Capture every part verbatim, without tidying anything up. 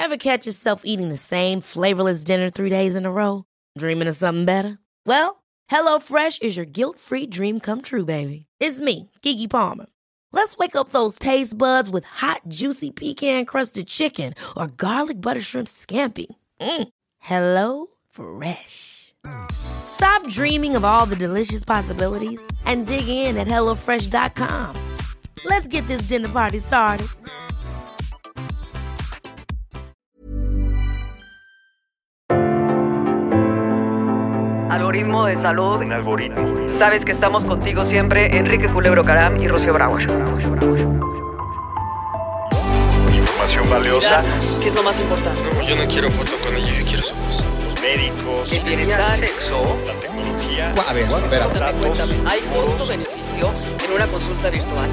Ever catch yourself eating the same flavorless dinner three days in a row? Dreaming of something better? Well, HelloFresh is your guilt-free dream come true, baby. It's me, Keke Palmer. Let's wake up those taste buds with hot, juicy pecan-crusted chicken or garlic butter shrimp scampi. Mm. Hello Fresh. Stop dreaming of all the delicious possibilities and dig in at hello fresh dot com. Let's get this dinner party started. Algoritmo de salud. Un algoritmo. Sabes que estamos contigo siempre, Enrique Culebro Caram y Rocío Brauer. Información valiosa. Mirarnos, ¿qué es lo más importante? No, yo no quiero foto con ella, yo quiero su voz. Los médicos. El bienestar. Sexo. La tecnología. A ver, espera. Cuéntame, cuéntame. ¿Hay costo-beneficio en una consulta virtual?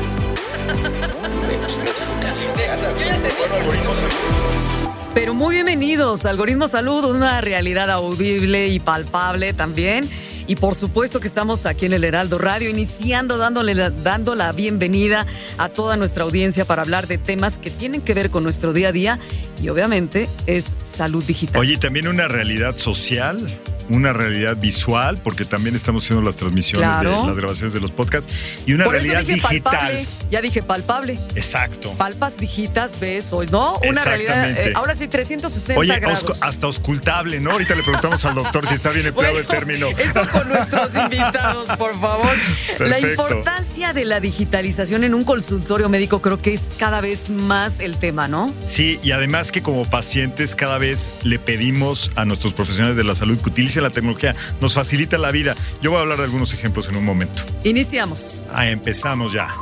Yo ya te dije. Pero muy bienvenidos a Algoritmo Salud, una realidad audible y palpable también. Y por supuesto que estamos aquí en el Heraldo Radio, iniciando, dándole la, dando la bienvenida a toda nuestra audiencia para hablar de temas que tienen que ver con nuestro día a día y obviamente es salud digital. Oye, también una realidad social, una realidad visual, porque también estamos haciendo las transmisiones Claro. de las grabaciones de los podcasts, y una Por eso realidad dije digital. palpable, ya dije palpable. Exacto. Palpas, digitas, ves hoy, ¿no? Una realidad, Exactamente. eh, ahora sí, trescientos sesenta Oye, grados. osco- hasta auscultable, ¿no? Ahorita le preguntamos al doctor si está bien empleado Bueno, el término. Eso con nuestros invitados, por favor. La Perfecto. importancia de la digitalización en un consultorio médico creo que es cada vez más el tema, ¿no? Sí, y además que como pacientes cada vez le pedimos a nuestros profesionales de la salud que utilicen la tecnología. Nos facilita la vida. Yo voy a hablar de algunos ejemplos en un momento. Iniciamos. Ah, empezamos ya.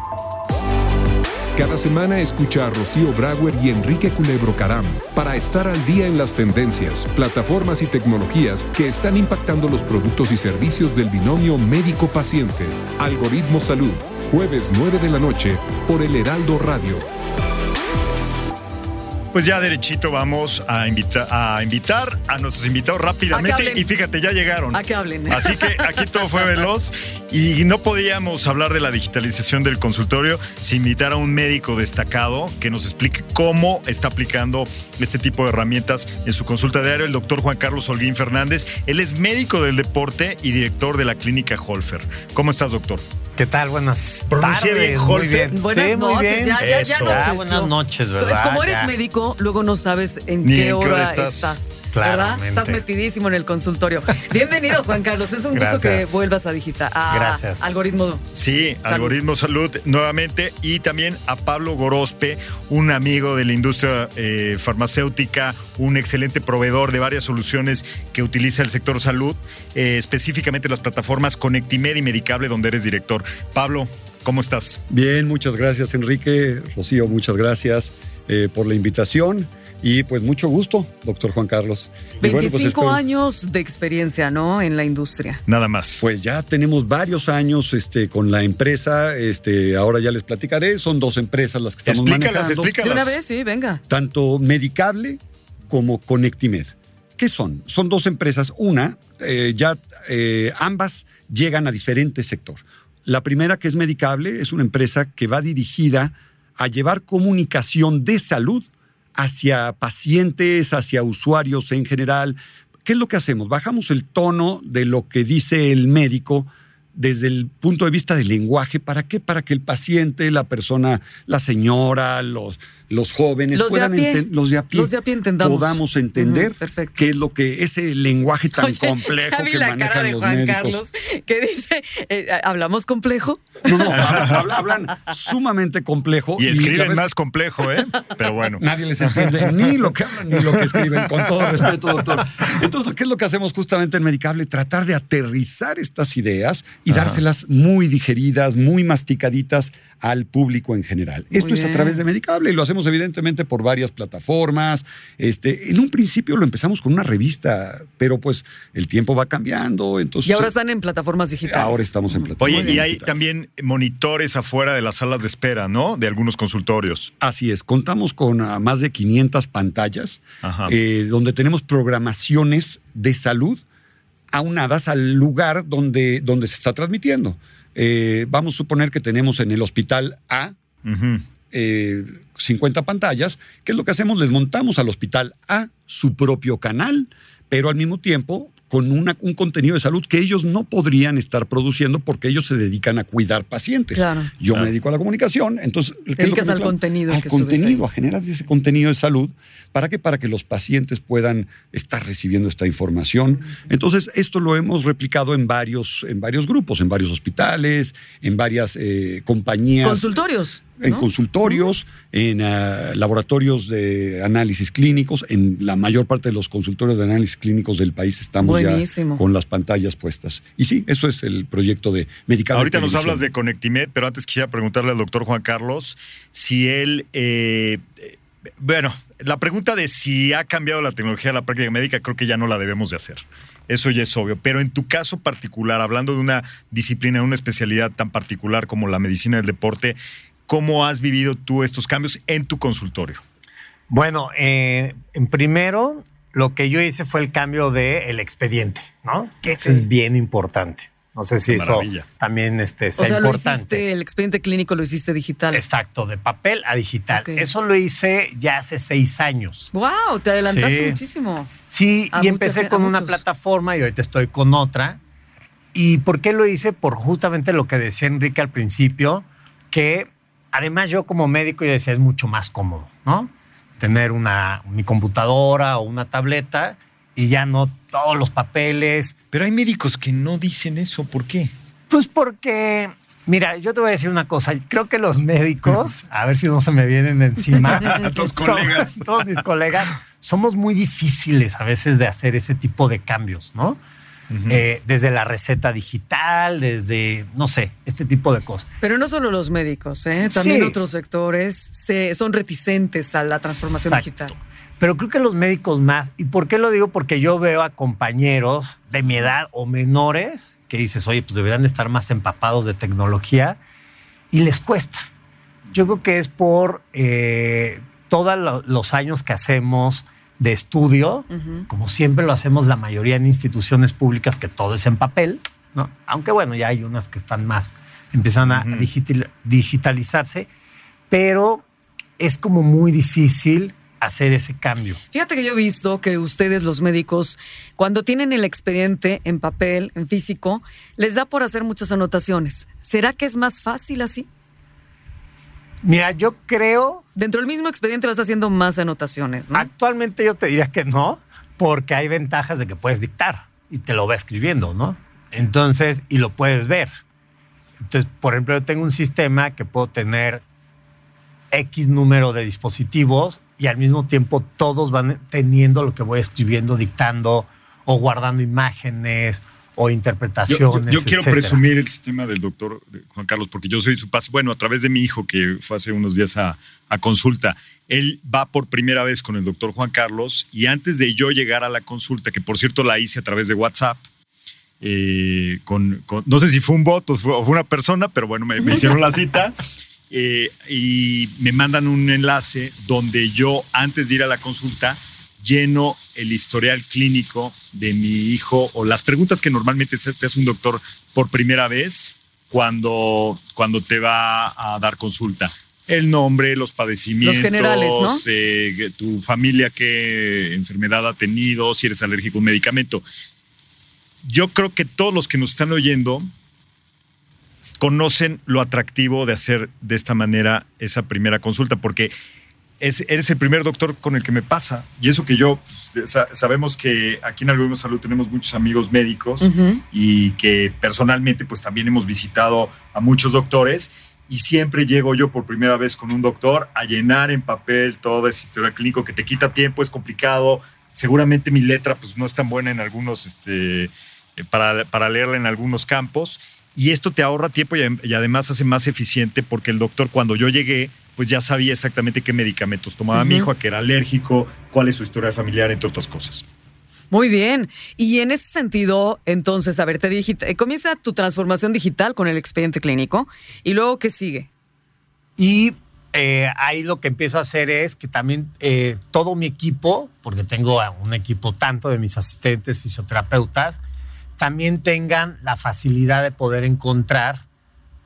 Cada semana escucha a Rocío Brauer y Enrique Culebro Caram para estar al día en las tendencias, plataformas y tecnologías que están impactando los productos y servicios del binomio médico-paciente. Algoritmo Salud, jueves nueve de la noche por el Heraldo Radio. Pues ya derechito vamos a, invita- a invitar a nuestros invitados rápidamente. A que hablen. Y fíjate, ya llegaron. A que hablen. Así que aquí todo fue veloz y no podíamos hablar de la digitalización del consultorio sin invitar a un médico destacado que nos explique cómo está aplicando este tipo de herramientas en su consulta diaria, el doctor Juan Carlos Holguín Fernández. Él es médico del deporte y director de la clínica Holfer. ¿Cómo estás, doctor? ¿Qué tal? Buenas ¿Pronuncié tardes. bien, Muy Holfer? bien. Buenas Sí, muy noches, bien. ya, ya, ya Eso. anocheció. Ah, buenas noches, ¿verdad? Como eres Ya. médico, luego no sabes en Ni qué en qué hora, hora estás. estás. ¿Verdad? Claramente. Estás metidísimo en el consultorio. Bienvenido, Juan Carlos. Es un gusto Gracias. que vuelvas a digitar. A Gracias. Algoritmo. Sí, Salud. Algoritmo Salud nuevamente, y también a Pablo Gorospe, un amigo de la industria eh, farmacéutica, un excelente proveedor de varias soluciones que utiliza el sector salud, eh, específicamente las plataformas Conectimed y Medicable, donde eres director. Pablo, ¿cómo estás? Bien, muchas gracias, Enrique. Rocío, muchas gracias eh, por la invitación. Y pues mucho gusto, doctor Juan Carlos. Y bueno, pues, veinticinco espero- años de experiencia, ¿no? En la industria. Nada más. Pues ya tenemos varios años este, con la empresa. Este, ahora ya les platicaré. Son dos empresas las que estamos explícalas, manejando. explícalas. De una vez, sí, venga. Tanto Medicable como Conectimed. ¿Qué son? Son dos empresas. Una, eh, ya eh, ambas llegan a diferentes sectores. La primera, que es Medicable, es una empresa que va dirigida a llevar comunicación de salud hacia pacientes, hacia usuarios en general. ¿Qué es lo que hacemos? Bajamos el tono de lo que dice el médico desde el punto de vista del lenguaje. ¿Para qué? Para que el paciente, la persona, la señora, los, los jóvenes, Los de puedan a pie. enten- los de a pie, Los de a pie entendamos. podamos entender Ujú, perfecto. qué es lo que ese lenguaje tan Oye, complejo ya vi que la manejan cara de los Juan médicos. Carlos que dice, eh, ¿hablamos complejo? No, no, hablan, hablan- hablan sumamente complejo. Y la escriben verdad es más complejo, ¿eh? Pero bueno. Nadie les entiende ni lo que hablan ni lo que escriben, con todo respeto, doctor. Entonces, ¿qué es lo que hacemos justamente en Medicable? Tratar de aterrizar estas ideas y Ajá. dárselas muy digeridas, muy masticaditas al público en general. Muy Esto es a bien. través de Medicable y lo hacemos evidentemente por varias plataformas. Este, en un principio lo empezamos con una revista, pero pues el tiempo va cambiando. Entonces, Y ahora están en plataformas digitales. ahora estamos en plataformas Oye, y hay digitales. también monitores afuera de las salas de espera, ¿no? De algunos consultorios. Así es, contamos con uh, más de quinientas pantallas, eh, donde tenemos programaciones de salud aunadas al lugar donde, donde se está transmitiendo. Eh, vamos a suponer que tenemos en el hospital A, Uh-huh. eh, cincuenta pantallas. ¿Qué es lo que hacemos? Les montamos al hospital a su propio canal, pero al mismo tiempo con una, un contenido de salud que ellos no podrían estar produciendo porque ellos se dedican a cuidar pacientes. Claro. Yo Claro. me dedico a la comunicación, entonces... ¿qué Te es lo que dedicas me al clavo? contenido Al que subes contenido, ahí. a generar ese contenido de salud. ¿Para qué? Para que los pacientes puedan estar recibiendo esta información. Entonces, esto lo hemos replicado en varios, en varios grupos, en varios hospitales, en varias eh, compañías. Consultorios. En ¿no? consultorios, en uh, laboratorios de análisis clínicos. En la mayor parte de los consultorios de análisis clínicos del país estamos Buenísimo. ya con las pantallas puestas. Y sí, eso es el proyecto de Medical. Ahorita nos hablas de Conectimed, pero antes quisiera preguntarle al doctor Juan Carlos si él, eh, eh, bueno, la pregunta de si ha cambiado la tecnología de la práctica médica creo que ya no la debemos de hacer. Eso ya es obvio. Pero en tu caso particular, hablando de una disciplina, una especialidad tan particular como la medicina del deporte, ¿cómo has vivido tú estos cambios en tu consultorio? Bueno, eh, en primero, lo que yo hice fue el cambio del expediente, ¿no? Que eso es bien importante. No sé si Qué eso maravilla. también este, sea O sea, lo importante. hiciste, el expediente clínico lo hiciste digital. Exacto, de papel a digital. Ok. Eso lo hice ya hace seis años. ¡Wow! Te adelantaste Sí. muchísimo. Sí, A y mucha empecé gen- con a una muchos. plataforma y ahorita estoy con otra. ¿Y por qué lo hice? Por justamente lo que decía Enrique al principio, que además yo como médico yo decía es mucho más cómodo, ¿no? Tener una, mi computadora o una tableta y ya no todos los papeles. Pero hay médicos que no dicen eso. ¿Por qué? Pues porque, mira, yo te voy a decir una cosa. Creo que los médicos, a ver si no se me vienen encima. Tus son- colegas. Todos mis colegas, somos muy difíciles a veces de hacer ese tipo de cambios, ¿no? Eh, desde la receta digital, desde, no sé, este tipo de cosas. Pero no solo los médicos, ¿eh? También Sí. otros sectores se, son reticentes a la transformación Exacto. digital. Pero creo que los médicos más. ¿Y por qué lo digo? Porque yo veo a compañeros de mi edad o menores que dices, oye, pues deberían estar más empapados de tecnología y les cuesta. Yo creo que es por eh, todos lo- los años que hacemos de estudio, Ujú. como siempre lo hacemos la mayoría en instituciones públicas, que todo es en papel, ¿no? Aunque bueno, ya hay unas que están más, empiezan a Ujú. digital- digitalizarse, pero es como muy difícil hacer ese cambio. Fíjate que yo he visto que ustedes, los médicos, cuando tienen el expediente en papel, en físico, les da por hacer muchas anotaciones. ¿Será que es más fácil así? Mira, yo creo, Dentro del mismo expediente vas haciendo más anotaciones, ¿no? actualmente yo te diría que no, porque hay ventajas de que puedes dictar y te lo va escribiendo, ¿no? Entonces, y lo puedes ver. Entonces, por ejemplo, yo tengo un sistema que puedo tener X número de dispositivos y al mismo tiempo todos van teniendo lo que voy escribiendo, dictando o guardando imágenes o Yo, interpretaciones. yo- yo quiero etcétera. presumir el sistema del doctor Juan Carlos, porque yo soy su paso, bueno, a través de mi hijo, que fue hace unos días a, a consulta. Él va por primera vez con el doctor Juan Carlos y antes de yo llegar a la consulta, que por cierto la hice a través de WhatsApp, eh, con, con- no sé si fue un bot o fue, o fue una persona, pero bueno, me, me hicieron la cita eh, y me mandan un enlace donde yo, antes de ir a la consulta, lleno el historial clínico de mi hijo o las preguntas que normalmente te hace un doctor por primera vez cuando, cuando te va a dar consulta. El nombre, los padecimientos, Los generales, ¿no? eh, tu familia, qué enfermedad ha tenido, si eres alérgico a un medicamento. Yo creo que todos los que nos están oyendo conocen lo atractivo de hacer de esta manera esa primera consulta, porque es, eres el primer doctor con el que me pasa. Y eso que yo, pues, sa- sabemos que aquí en Algoritmo Salud tenemos muchos amigos médicos Ujú. y que personalmente pues también hemos visitado a muchos doctores y siempre llego yo por primera vez con un doctor a llenar en papel todo ese historial clínico que te quita tiempo, es complicado. Seguramente mi letra pues no es tan buena en algunos, este, eh, para, para leerla en algunos campos. Y esto te ahorra tiempo y, y además hace más eficiente porque el doctor, cuando yo llegué, pues ya sabía exactamente qué medicamentos tomaba mi Ujú. hijo, a qué era alérgico, cuál es su historia familiar, entre otras cosas. Muy bien. Y en ese sentido, entonces, a ver, te digita- eh, comienza tu transformación digital con el expediente clínico y luego, ¿qué sigue? Y eh, ahí lo que empiezo a hacer es que también eh, todo mi equipo, porque tengo a un equipo tanto de mis asistentes, fisioterapeutas, también tengan la facilidad de poder encontrar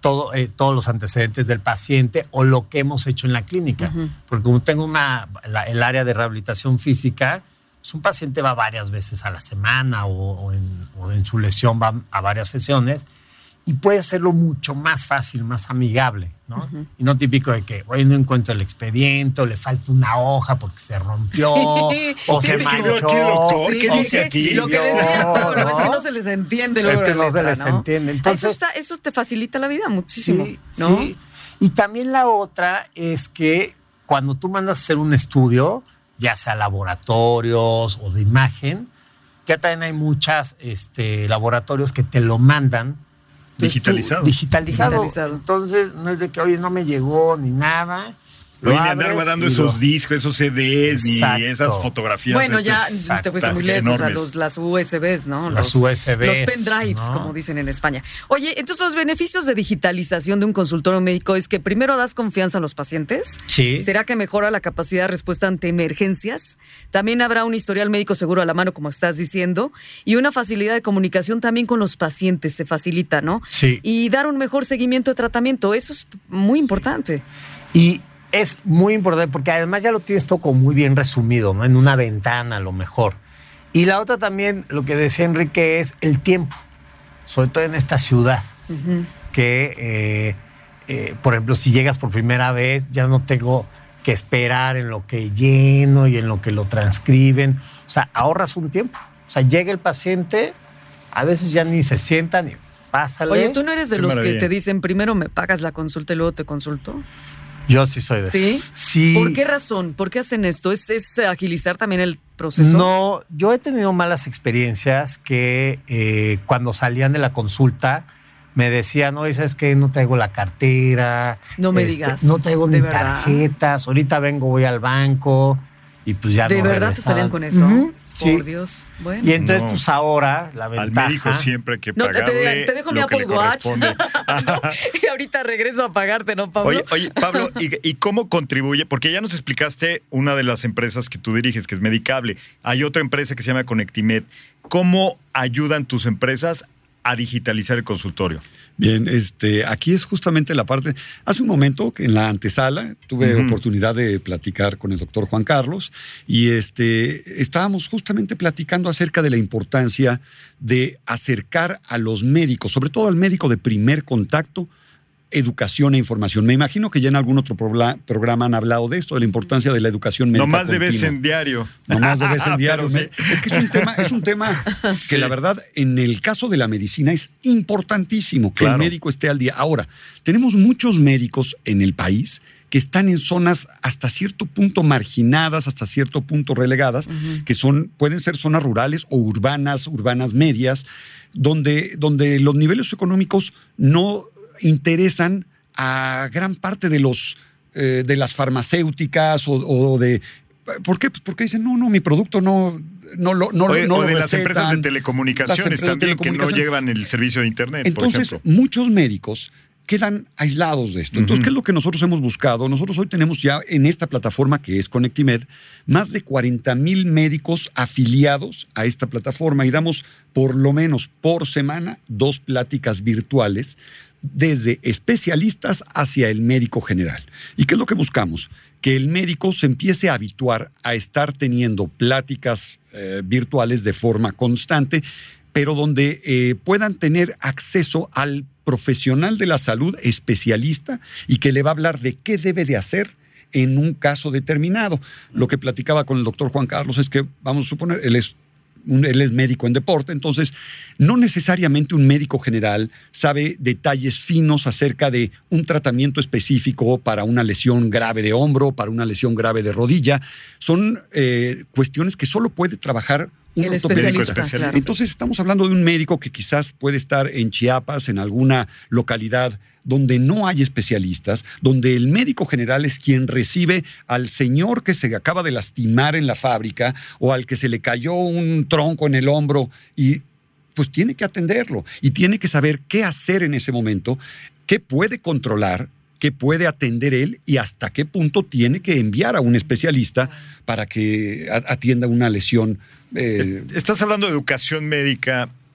todo, eh, todos los antecedentes del paciente o lo que hemos hecho en la clínica. Uh-huh. Porque como tengo una, la, el área de rehabilitación física, pues un paciente va varias veces a la semana o, o, en, o en su lesión va a varias sesiones y puede hacerlo mucho más fácil, más amigable, ¿no? Uh-huh. Y no típico de que, oye, no encuentro el expediente o le falta una hoja porque se rompió sí, o sí, se es manchó. Que, ¿Qué doctor? Sí, ¿Qué dice aquí? Lo que decía Pablo, ¿no? Es que no se les entiende. Es que no letra, se les ¿no? entiende. Entonces, eso, está, eso te facilita la vida muchísimo, sí, ¿no? Sí. Y también la otra es que cuando tú mandas a hacer un estudio, ya sea laboratorios o de imagen, ya también hay muchos este, laboratorios que te lo mandan. Digitalizado. Tú, digitalizado. Digitalizado. Entonces, no es de que, oye, no me llegó ni nada. Oye, ni andar guardando esos discos, esos C Ds, Exacto. ni esas fotografías. Bueno, ya Exacto. te fuiste muy lejos a los, las U S Bs, ¿no? Las los, U S Bs. Los pendrives, ¿no? Como dicen en España. Oye, entonces los beneficios de digitalización de un consultorio médico es que primero das confianza a los pacientes. Sí. ¿Será que mejora la capacidad de respuesta ante emergencias? También habrá un historial médico seguro a la mano, como estás diciendo, y una facilidad de comunicación también con los pacientes se facilita, ¿no? Sí. Y dar un mejor seguimiento de tratamiento, eso es muy importante. Y es muy importante porque además ya lo tienes todo como muy bien resumido, ¿no? En una ventana a lo mejor. Y la otra también, lo que decía Enrique, es el tiempo, sobre todo en esta ciudad, uh-huh. que, eh, eh, por ejemplo, si llegas por primera vez, ya no tengo que esperar en lo que lleno y en lo que lo transcriben. O sea, ahorras un tiempo. O sea, llega el paciente, a veces ya ni se sienta ni pásale. Oye, ¿tú no eres de Qué los maravilla. que te dicen primero me pagas la consulta y luego te consulto? Yo sí soy de ¿Sí? Sí. ¿Por qué razón? ¿Por qué hacen esto? ¿Es, es agilizar también el proceso? No, yo he tenido malas experiencias que eh, cuando salían de la consulta me decían, oye, ¿sabes qué? No traigo la cartera. No me este, digas. No traigo ¿De ni verdad? tarjetas. Ahorita vengo, voy al banco y pues ya ¿De no verdad regresaban. te salían con eso? Uh-huh. Sí. Por Dios. Bueno. Y entonces, No. pues ahora la ventaja... Al médico siempre hay que No, te, pagarle te, te dejo lo mi que Apple le Watch. corresponde. No, y ahorita regreso a pagarte, ¿no, Pablo? Oye, oye, Pablo, ¿y, ¿y cómo contribuye? Porque ya nos explicaste una de las empresas que tú diriges, que es Medicable. Hay otra empresa que se llama Conectimed. ¿Cómo ayudan tus empresas a digitalizar el consultorio? Bien, este, aquí es justamente la parte. Hace un momento, que en la antesala, tuve uh-huh. oportunidad de platicar con el doctor Juan Carlos y este, estábamos justamente platicando acerca de la importancia de acercar a los médicos, sobre todo al médico de primer contacto, educación e información. Me imagino que ya en algún otro pro- programa han hablado de esto, de la importancia de la educación médica. No más de continua. vez en diario. No más de vez en diario. Sí. Es que es un tema, es un tema Sí. que la verdad, en el caso de la medicina, es importantísimo que Claro. el médico esté al día. Ahora, tenemos muchos médicos en el país que están en zonas hasta cierto punto marginadas, hasta cierto punto relegadas, uh-huh. que son, pueden ser zonas rurales o urbanas, urbanas medias, donde, donde los niveles económicos no interesan a gran parte de los eh, de las farmacéuticas o, o de ¿por qué? Pues porque dicen no, no, mi producto no no lo no, Oye, no o lo de las recetan. empresas de telecomunicaciones Las empresas también de telecomunicación. que no llevan el servicio de internet, Entonces, por ejemplo. muchos médicos quedan aislados de esto. Entonces, uh-huh. ¿qué es lo que nosotros hemos buscado? Nosotros hoy tenemos ya en esta plataforma que es Conectimed más de cuarenta mil médicos afiliados a esta plataforma y damos por lo menos por semana dos pláticas virtuales desde especialistas hacia el médico general. ¿Y qué es lo que buscamos? Que el médico se empiece a habituar a estar teniendo pláticas eh, virtuales de forma constante, pero donde eh, puedan tener acceso al profesional de la salud especialista y que le va a hablar de qué debe de hacer en un caso determinado. Lo que platicaba con el doctor Juan Carlos es que, vamos a suponer, él es Un, él es médico en deporte, entonces no necesariamente un médico general sabe detalles finos acerca de un tratamiento específico para una lesión grave de hombro, para una lesión grave de rodilla. Son eh, cuestiones que solo puede trabajar un el ortopédico especialista. Claro. Entonces estamos hablando de un médico que quizás puede estar en Chiapas, en alguna localidad donde no hay especialistas, donde el médico general es quien recibe al señor que se acaba de lastimar en la fábrica o al que se le cayó un tronco en el hombro y pues tiene que atenderlo y tiene que saber qué hacer en ese momento, qué puede controlar, qué puede atender él y hasta qué punto tiene que enviar a un especialista para que atienda una lesión. Eh, Estás hablando de educación médica.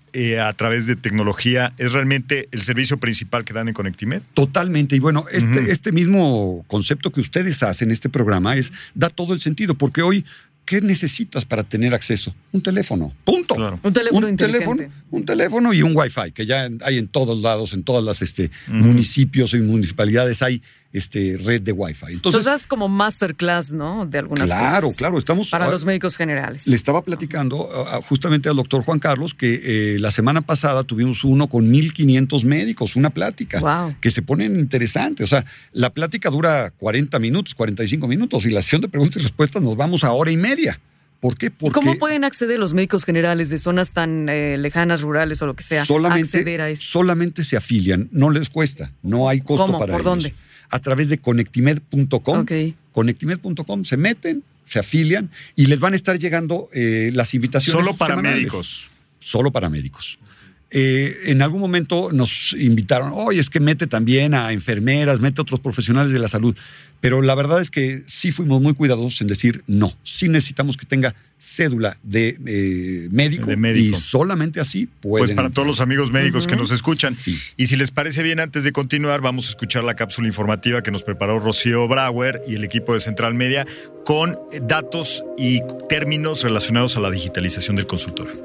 eh, a través de tecnología es realmente el servicio principal que dan en Conectimed. Totalmente. Y bueno, este, Uh-huh. este mismo concepto que ustedes hacen, este programa, es da todo el sentido, porque hoy, ¿qué necesitas para tener acceso? Un teléfono. Punto. Claro. Un teléfono un inteligente. teléfono, un teléfono y un Wi-Fi, que ya hay en todos lados, en todas las este, uh-huh. municipios y municipalidades hay este, red de Wi-Fi. Entonces, Entonces, como masterclass, ¿no? De algunas claro, cosas. claro, estamos Para uh, los médicos generales. Le estaba platicando uh, justamente al doctor Juan Carlos que eh, la semana pasada tuvimos uno con mil quinientos médicos, una plática Wow. que se ponen interesantes. O sea, la plática dura cuarenta minutos, cuarenta y cinco minutos y la sesión de preguntas y respuestas nos vamos a hora y media. ¿Por qué? Porque ¿Cómo pueden acceder los médicos generales de zonas tan eh, lejanas, rurales o lo que sea, solamente, acceder a eso? solamente se afilian, no les cuesta, no hay costo ¿Cómo? para ¿Por ellos. dónde? A través de conectimed punto com. Ok. conectimed punto com, se meten, se afilian y les van a estar llegando eh, las invitaciones Solo para semanales. médicos. Solo para médicos. Eh, en algún momento nos invitaron, oye, es que mete también a enfermeras, mete a otros profesionales de la salud. Pero la verdad es que sí fuimos muy cuidadosos en decir no. Sí necesitamos que tenga cédula de, eh, médico, De médico. y solamente así pueden. Pues para todos los amigos médicos uh-huh. que nos escuchan. Sí. Y si les parece bien, antes de continuar, vamos a escuchar la cápsula informativa que nos preparó Rocío Brauer y el equipo de Central Media con datos y términos relacionados a la digitalización del consultorio.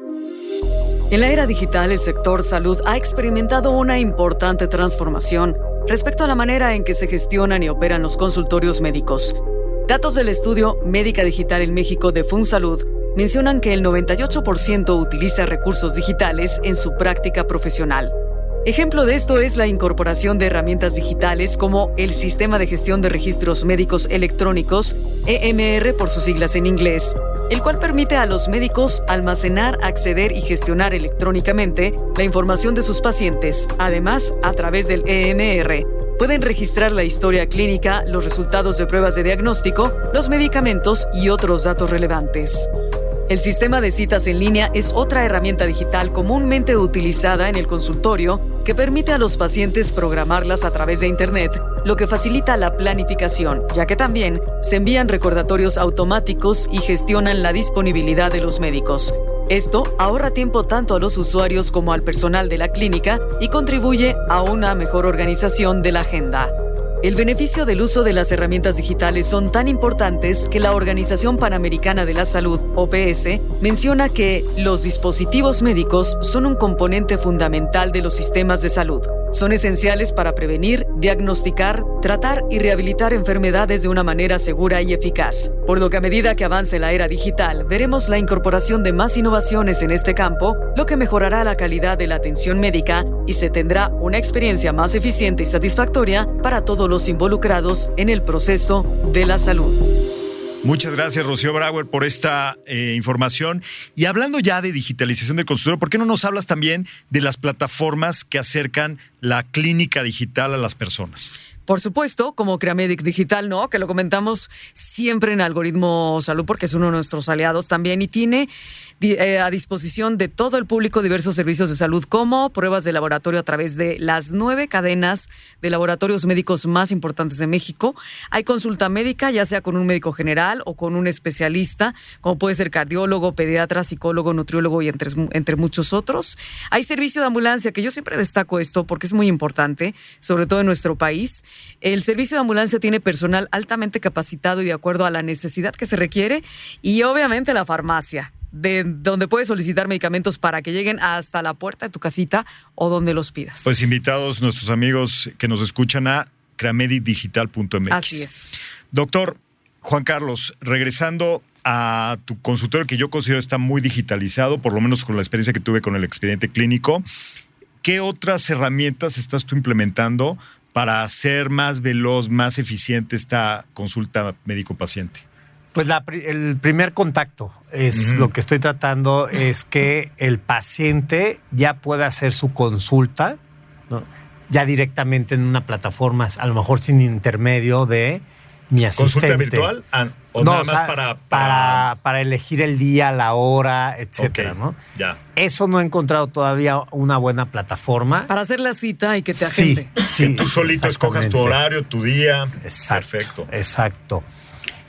En la era digital, el sector salud ha experimentado una importante transformación respecto a la manera en que se gestionan y operan los consultorios médicos. Datos del estudio Médica Digital en México de FunSalud mencionan que el noventa y ocho por ciento utiliza recursos digitales en su práctica profesional. Ejemplo de esto es la incorporación de herramientas digitales como el Sistema de Gestión de Registros Médicos Electrónicos, E M R por sus siglas en inglés, el cual permite a los médicos almacenar, acceder y gestionar electrónicamente la información de sus pacientes. Además, a través del E M R, pueden registrar la historia clínica, los resultados de pruebas de diagnóstico, los medicamentos y otros datos relevantes. El sistema de citas en línea es otra herramienta digital comúnmente utilizada en el consultorio que permite a los pacientes programarlas a través de Internet, lo que facilita la planificación, ya que también se envían recordatorios automáticos y gestionan la disponibilidad de los médicos. Esto ahorra tiempo tanto a los usuarios como al personal de la clínica y contribuye a una mejor organización de la agenda. El beneficio del uso de las herramientas digitales son tan importantes que la Organización Panamericana de la Salud, O P S, menciona que los dispositivos médicos son un componente fundamental de los sistemas de salud. Son esenciales para prevenir, diagnosticar, tratar y rehabilitar enfermedades de una manera segura y eficaz. Por lo que a medida que avance la era digital, veremos la incorporación de más innovaciones en este campo, lo que mejorará la calidad de la atención médica y se tendrá una experiencia más eficiente y satisfactoria para todos los involucrados en el proceso de la salud. Muchas gracias, Rocío Brauer, por esta eh, información. Y hablando ya de digitalización del consultorio, ¿por qué no nos hablas también de las plataformas que acercan la clínica digital a las personas? Por supuesto, como Creamedic Digital, ¿no? Que lo comentamos siempre en Algoritmo Salud porque es uno de nuestros aliados también y tiene eh, a disposición de todo el público diversos servicios de salud como pruebas de laboratorio a través de las nueve cadenas de laboratorios médicos más importantes de México. Hay consulta médica, ya sea con un médico general o con un especialista, como puede ser cardiólogo, pediatra, psicólogo, nutriólogo y entre, entre muchos otros. Hay servicio de ambulancia, que yo siempre destaco esto porque es muy importante, sobre todo en nuestro país. El servicio de ambulancia tiene personal altamente capacitado y de acuerdo a la necesidad que se requiere y obviamente la farmacia, de donde puedes solicitar medicamentos para que lleguen hasta la puerta de tu casita o donde los pidas. Pues invitados nuestros amigos que nos escuchan a creamedic digital punto m x. Así es. Doctor Juan Carlos, regresando a tu consultorio que yo considero está muy digitalizado, por lo menos con la experiencia que tuve con el expediente clínico, ¿qué otras herramientas estás tú implementando para hacer más veloz, más eficiente esta consulta médico-paciente? Pues la, el primer contacto es uh-huh. lo que estoy tratando, es que el paciente ya pueda hacer su consulta, ¿no? Ya directamente en una plataforma, a lo mejor sin intermedio de mi asistente. ¿Consulta virtual? Ah, ¿O no, nada o más sea, para, para... para... Para elegir el día, la hora, etcétera, okay, ¿no? Ya. Eso no he encontrado todavía una buena plataforma. Para hacer la cita y que te agende. Sí, sí, que tú solito escojas tu horario, tu día. Exacto. Perfecto. Exacto.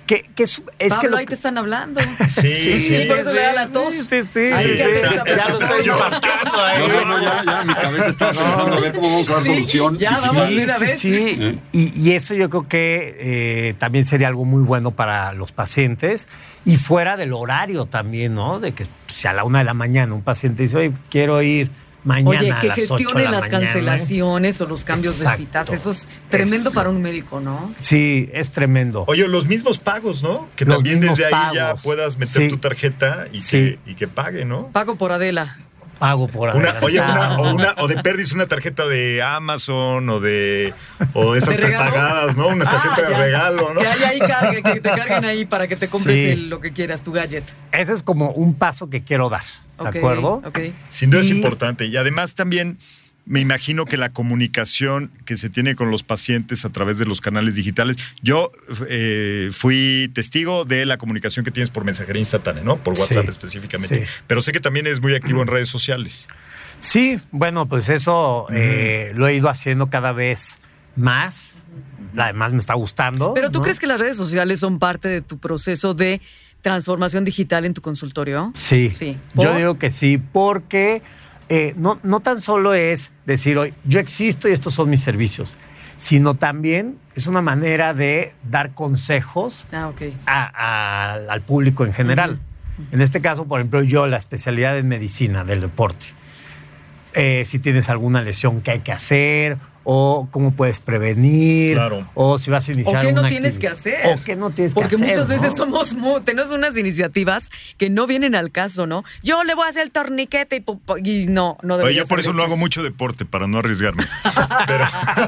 Que, que es, es Pablo, que lo ahí te están hablando. Sí, Sí, sí. por eso le da la tos. Sí, sí, sí. Hay sí, que hacer sí. esa Ya lo estoy Yo- marcando ahí. No, no, no, ya, ya, mi cabeza está pensando a ver cómo vamos a dar Sí, solución. ya Y vamos sí, de una vez. Sí, y, y eso yo creo que eh, también sería algo muy bueno para los pacientes y fuera del horario también, ¿no? De que si a la una de la mañana un paciente dice, oye, quiero ir mañana Oye, a que las ocho de gestionen la las mañana. cancelaciones o los cambios Exacto. de citas. Eso es tremendo Eso. para un médico, ¿no? Sí, es tremendo. Oye, los mismos pagos, ¿no? Que Los también mismos desde ahí ya pagos. puedas meter Sí. tu tarjeta y, Sí. que, y que pague, ¿no? Pago por Adela. Pago por Una, oye, una, adelantado. o, una, o de perdis una tarjeta de Amazon o de o de esas ¿De regalo? prepagadas, ¿no? Una tarjeta Ah, de ya. regalo, ¿no? Que haya ahí cargue, que te carguen ahí para que te compres Sí. el- lo que quieras, tu gadget. Ese es como un paso que quiero dar, ¿de Ok, acuerdo? ok. Sin duda es Y- importante. Y además también me imagino que la comunicación que se tiene con los pacientes a través de los canales digitales. Yo eh, fui testigo de la comunicación que tienes por mensajería instantánea, ¿no? Por WhatsApp Sí, específicamente. sí. Pero sé que también es muy activo en redes sociales. Sí, bueno, pues eso eh, lo he ido haciendo cada vez más. Además me está gustando. Pero ¿tú ¿no? crees que las redes sociales son parte de tu proceso de transformación digital en tu consultorio? Sí. Sí. Yo ¿Por? digo que sí, porque eh, no, no tan solo es decir, hoy yo existo y estos son mis servicios, sino también es una manera de dar consejos Ah, ok. a- a- al público en general. En este caso, por ejemplo, yo, la especialidad en medicina del deporte. Eh, si tienes alguna lesión que hay que hacer, o cómo puedes prevenir, Claro. o si vas a iniciar ¿O qué no una tienes actividad. que hacer? O qué no tienes Porque que hacer. muchas veces ¿no? somos muy, tenemos unas iniciativas que no vienen al caso, ¿no? Yo le voy a hacer el torniquete y, pu- pu- y no, no Oye, debería yo por ser eso no hechos. hago mucho deporte, para no arriesgarme. Pero,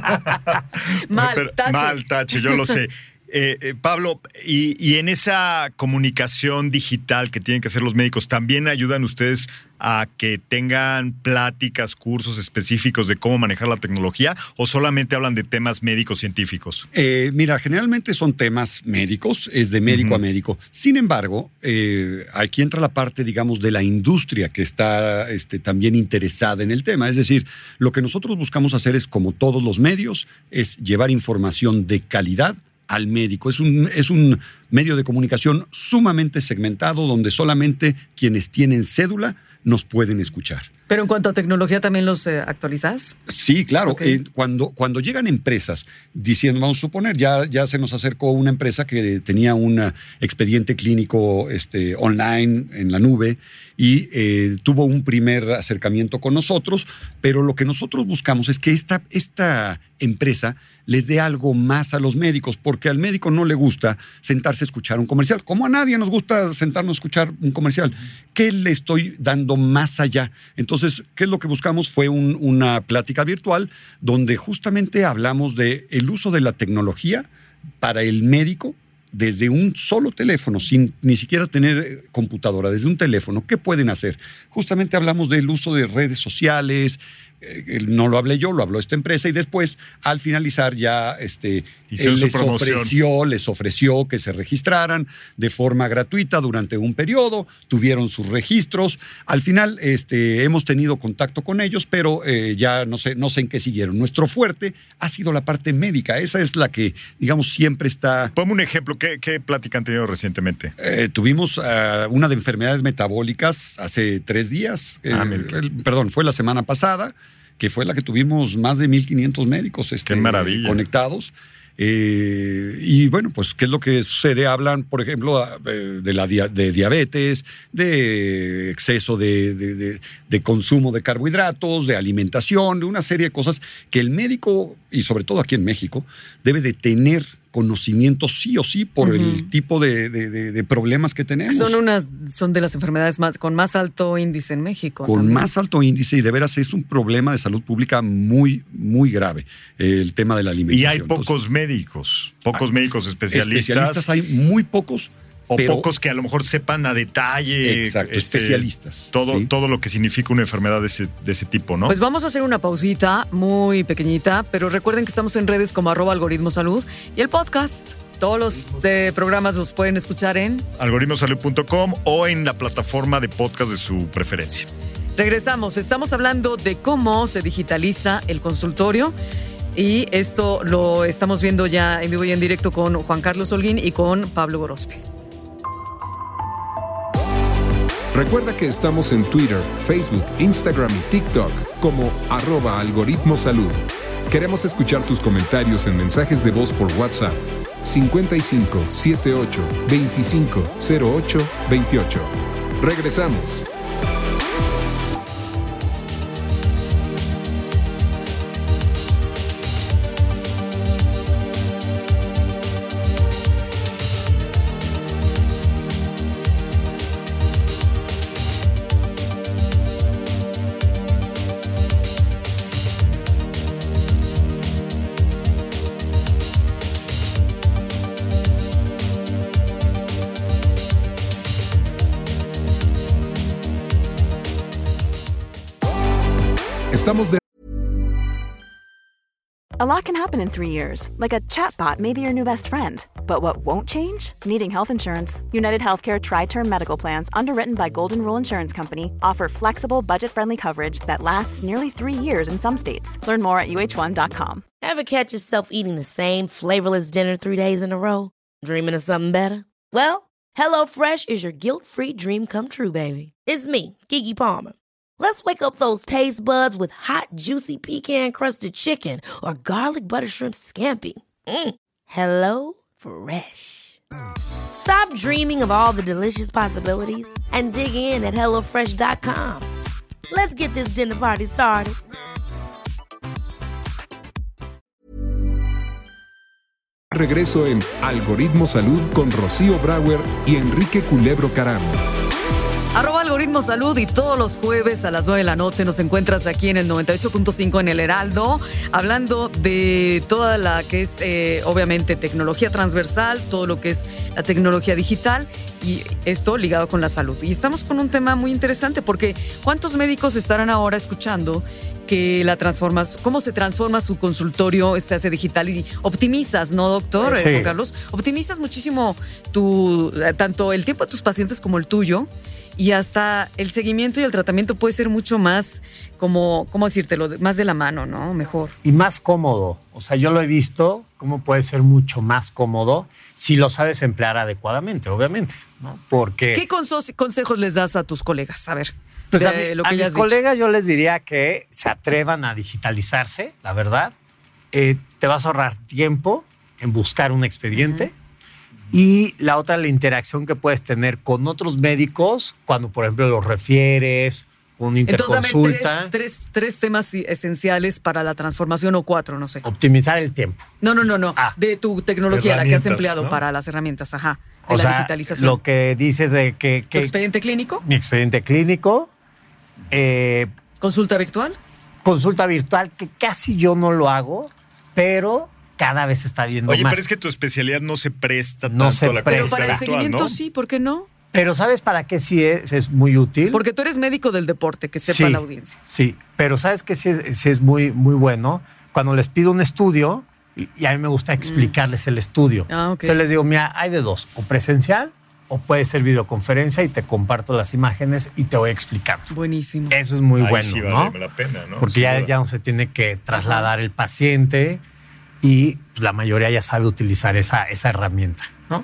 Mal, pero- tache. mal, tache, yo lo sé. Eh, eh, Pablo, y, y en esa comunicación digital que tienen que hacer los médicos, ¿también ayudan ustedes a que tengan pláticas, cursos específicos de cómo manejar la tecnología o solamente hablan de temas médicos científicos? Eh, mira, generalmente son temas médicos, es de médico a médico. Sin embargo, eh, aquí entra la parte, digamos, de la industria que está este, también interesada en el tema. Es decir, lo que nosotros buscamos hacer es, como todos los medios, es llevar información de calidad al médico. Es un, es un medio de comunicación sumamente segmentado donde solamente quienes tienen cédula nos pueden escuchar. Pero en cuanto a tecnología, ¿también los eh, actualizas? Sí, claro. Ok. Eh, cuando, cuando llegan empresas diciendo, vamos a suponer, ya, ya se nos acercó una empresa que tenía un eh, expediente clínico este, online en la nube y eh, tuvo un primer acercamiento con nosotros, pero lo que nosotros buscamos es que esta, esta empresa les dé algo más a los médicos, porque al médico no le gusta sentarse a escuchar un comercial, como a nadie nos gusta sentarnos a escuchar un comercial. ¿Qué le estoy dando más allá? Entonces, ¿qué es lo que buscamos? Fue un- una plática virtual donde justamente hablamos de el uso de la tecnología para el médico desde un solo teléfono, sin ni siquiera tener eh, computadora, desde un teléfono. ¿Qué pueden hacer? Justamente hablamos del uso de redes sociales. Eh, no lo hablé yo, lo habló esta empresa y después, al finalizar ya, este, Hicieron él su les promoción. ofreció, les ofreció que se registraran de forma gratuita durante un periodo, tuvieron sus registros. Al final, este, hemos tenido contacto con ellos, pero eh, ya no sé, no sé en qué siguieron. Nuestro fuerte ha sido la parte médica. Esa es la que, digamos, siempre está. Ponme un ejemplo. ¿Qué, qué plática han tenido recientemente? Eh, tuvimos uh, una de enfermedades metabólicas hace tres días. Ah, Eh, mira. el- perdón, fue la semana pasada, que fue la que tuvimos más de mil quinientos médicos este, Qué maravilla. conectados. Eh, y bueno, pues, ¿qué es lo que sucede? Hablan, por ejemplo, a- eh, de, la dia- de diabetes, de exceso de, de- de- de consumo de carbohidratos, de alimentación, de una serie de cosas que el médico, y sobre todo aquí en México, debe de tener conocimiento sí o sí por el tipo de, de- de- de problemas que tenemos. Son unas, son de las enfermedades más, con más alto índice en México. Con también. más alto índice y de veras es un problema de salud pública muy, muy grave, eh, el tema de la alimentación. Y hay Entonces, pocos médicos, pocos médicos especialistas. especialistas hay muy pocos. O pero- pocos que a lo mejor sepan a detalle. Exacto, especialistas, Todo, ¿sí? todo lo que significa una enfermedad de ese, de ese tipo, ¿no? Pues vamos a hacer una pausita muy pequeñita, pero recuerden que estamos en redes como arroba algoritmo salud y el podcast. Todos los eh, programas los pueden escuchar en... algoritmosalud punto com o en la plataforma de podcast de su preferencia. Regresamos, estamos hablando de cómo se digitaliza el consultorio Y esto lo estamos viendo ya en vivo y en directo con Juan Carlos Holguín y con Pablo Gorospe. Recuerda que estamos en Twitter, Facebook, Instagram y TikTok como arroba algoritmo salud. Queremos escuchar tus comentarios en mensajes de voz por WhatsApp cincuenta y cinco, setenta y ocho, veinticinco, cero ocho, veintiocho. Regresamos. Estamos de A lot can happen in three years, like a chatbot may be your new best friend. But what won't change? Needing health insurance. United Healthcare Tri-Term Medical Plans, underwritten by Golden Rule Insurance Company, offer flexible, budget-friendly coverage that lasts nearly three years in some states. Learn more at U H one dot com. Ever catch yourself eating the same flavorless dinner three days in a row? Dreaming of something better? Well, HelloFresh is your guilt-free dream come true, baby. It's me, Keke Palmer. Let's wake up those taste buds with hot, juicy pecan-crusted chicken or garlic butter shrimp scampi. Mm. Hello Fresh. Stop dreaming of all the delicious possibilities and dig in at hello fresh dot com. Let's get this dinner party started. regreso en Algoritmo Salud con Rocío Brauer y Enrique Culebro Caram. Arroba Algoritmo Salud, y todos los jueves a las nueve de la noche nos encuentras aquí en el noventa y ocho punto cinco en El Heraldo, hablando de toda la que es, eh, obviamente, tecnología transversal, todo lo que es la tecnología digital, y esto ligado con la salud. Y estamos con un tema muy interesante, porque ¿cuántos médicos estarán ahora escuchando que la transformas, cómo se transforma su consultorio, se hace digital y optimizas, ¿no, doctor? Sí. Eh, Juan Carlos, optimizas muchísimo tu, tanto el tiempo de tus pacientes como el tuyo, y hasta el seguimiento y el tratamiento puede ser mucho más, como, ¿cómo decírtelo? Más de la mano, ¿no? Mejor. Y más cómodo. O sea, yo lo he visto, cómo puede ser mucho más cómodo si lo sabes emplear adecuadamente, obviamente, ¿no? Porque... ¿Qué conso- consejos les das a tus colegas? A ver. Pues de a, mi, lo que a ya mis has dicho. colegas yo les diría que se atrevan a digitalizarse, la verdad. Eh, te vas a ahorrar tiempo en buscar un expediente. Uh-huh. Y la otra, la interacción que puedes tener con otros médicos cuando, por ejemplo, los refieres, una interconsulta. Entonces, dame tres, tres, tres temas esenciales para la transformación, o cuatro, no sé. Optimizar el tiempo. No, no, no, no. Ah, de tu tecnología, la que has empleado, ¿no? Para las herramientas, ajá. De o la sea, digitalización. Lo que dices de que... que ¿Tu expediente clínico? Mi expediente clínico. Eh, ¿Consulta virtual? Consulta virtual, que casi yo no lo hago, pero... cada vez se está viendo Oye, más. pero es que tu especialidad no se presta no tanto se a la presta. Pero para el virtual, seguimiento ¿no? sí, ¿por qué no? Pero ¿sabes para qué sí es, es muy útil? Porque tú eres médico del deporte, que sepa sí, la audiencia. Sí, pero ¿sabes qué sí es, sí es muy, muy bueno? Cuando les pido un estudio, y, y a mí me gusta explicarles mm. el estudio. Ah, okay. Entonces les digo, mira, hay de dos, o presencial o puede ser videoconferencia, y te comparto las imágenes y te voy explicando. Buenísimo. Eso es muy Ahí bueno, sí ¿no? vale la pena, ¿no? Porque ya, ya no se tiene que trasladar el paciente, y pues, la mayoría ya sabe utilizar esa, esa herramienta, ¿no?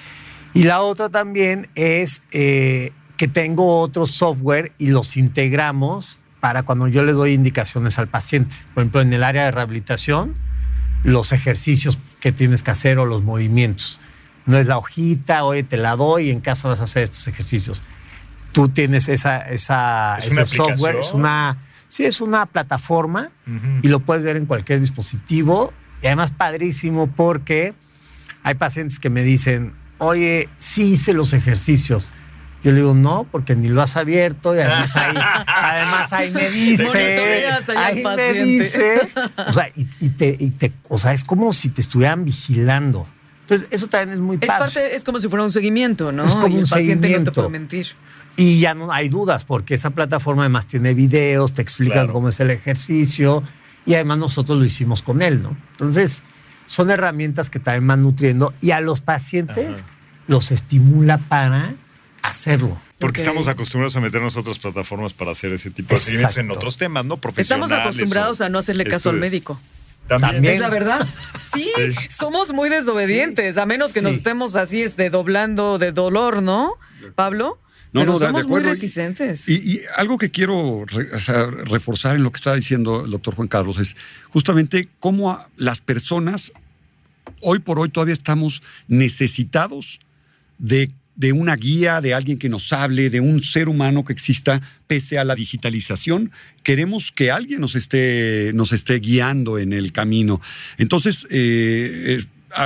Y la otra también es eh, que tengo otro software y los integramos para cuando yo le doy indicaciones al paciente. Por ejemplo, en el área de rehabilitación, los ejercicios que tienes que hacer o los movimientos. No es la hojita, oye, te la doy y en casa vas a hacer estos ejercicios. Tú tienes esa, esa, ¿Es ese una software, aplicación? es una, sí, es una plataforma, Uh-huh. y lo puedes ver en cualquier dispositivo. Y además padrísimo, porque hay pacientes que me dicen, oye, sí hice los ejercicios. Yo le digo, no, porque ni lo has abierto, y además ahí, además ahí me dice, ahí me dice, o sea, y, y te, y te, o sea, es como si te estuvieran vigilando. Entonces, eso también es muy Es padre. parte, es como si fuera un seguimiento, ¿no? Es como y el un paciente seguimiento. no te puede mentir. Y ya no hay dudas, porque esa plataforma además tiene videos, te explican Claro. cómo es el ejercicio, y además nosotros lo hicimos con él, ¿no? Entonces, son herramientas que también van nutriendo, y a los pacientes Ajá. los estimula para hacerlo. Porque Okay. estamos acostumbrados a meternos a otras plataformas para hacer ese tipo de seguimientos en otros temas, ¿no? Profesionales. Estamos acostumbrados a no hacerle caso al estudios. médico. También. Es la verdad. Sí, sí, somos muy desobedientes, sí. a menos que sí. nos estemos así este, doblando de dolor, ¿no, Pablo? No, Pero no, somos de acuerdo. muy reticentes. Y, y algo que quiero re, o sea, reforzar en lo que está diciendo el doctor Juan Carlos es justamente cómo las personas hoy por hoy todavía estamos necesitados de de una guía, de alguien que nos hable, de un ser humano que exista pese a la digitalización. Queremos que alguien nos esté, nos esté guiando en el camino. Entonces, eh,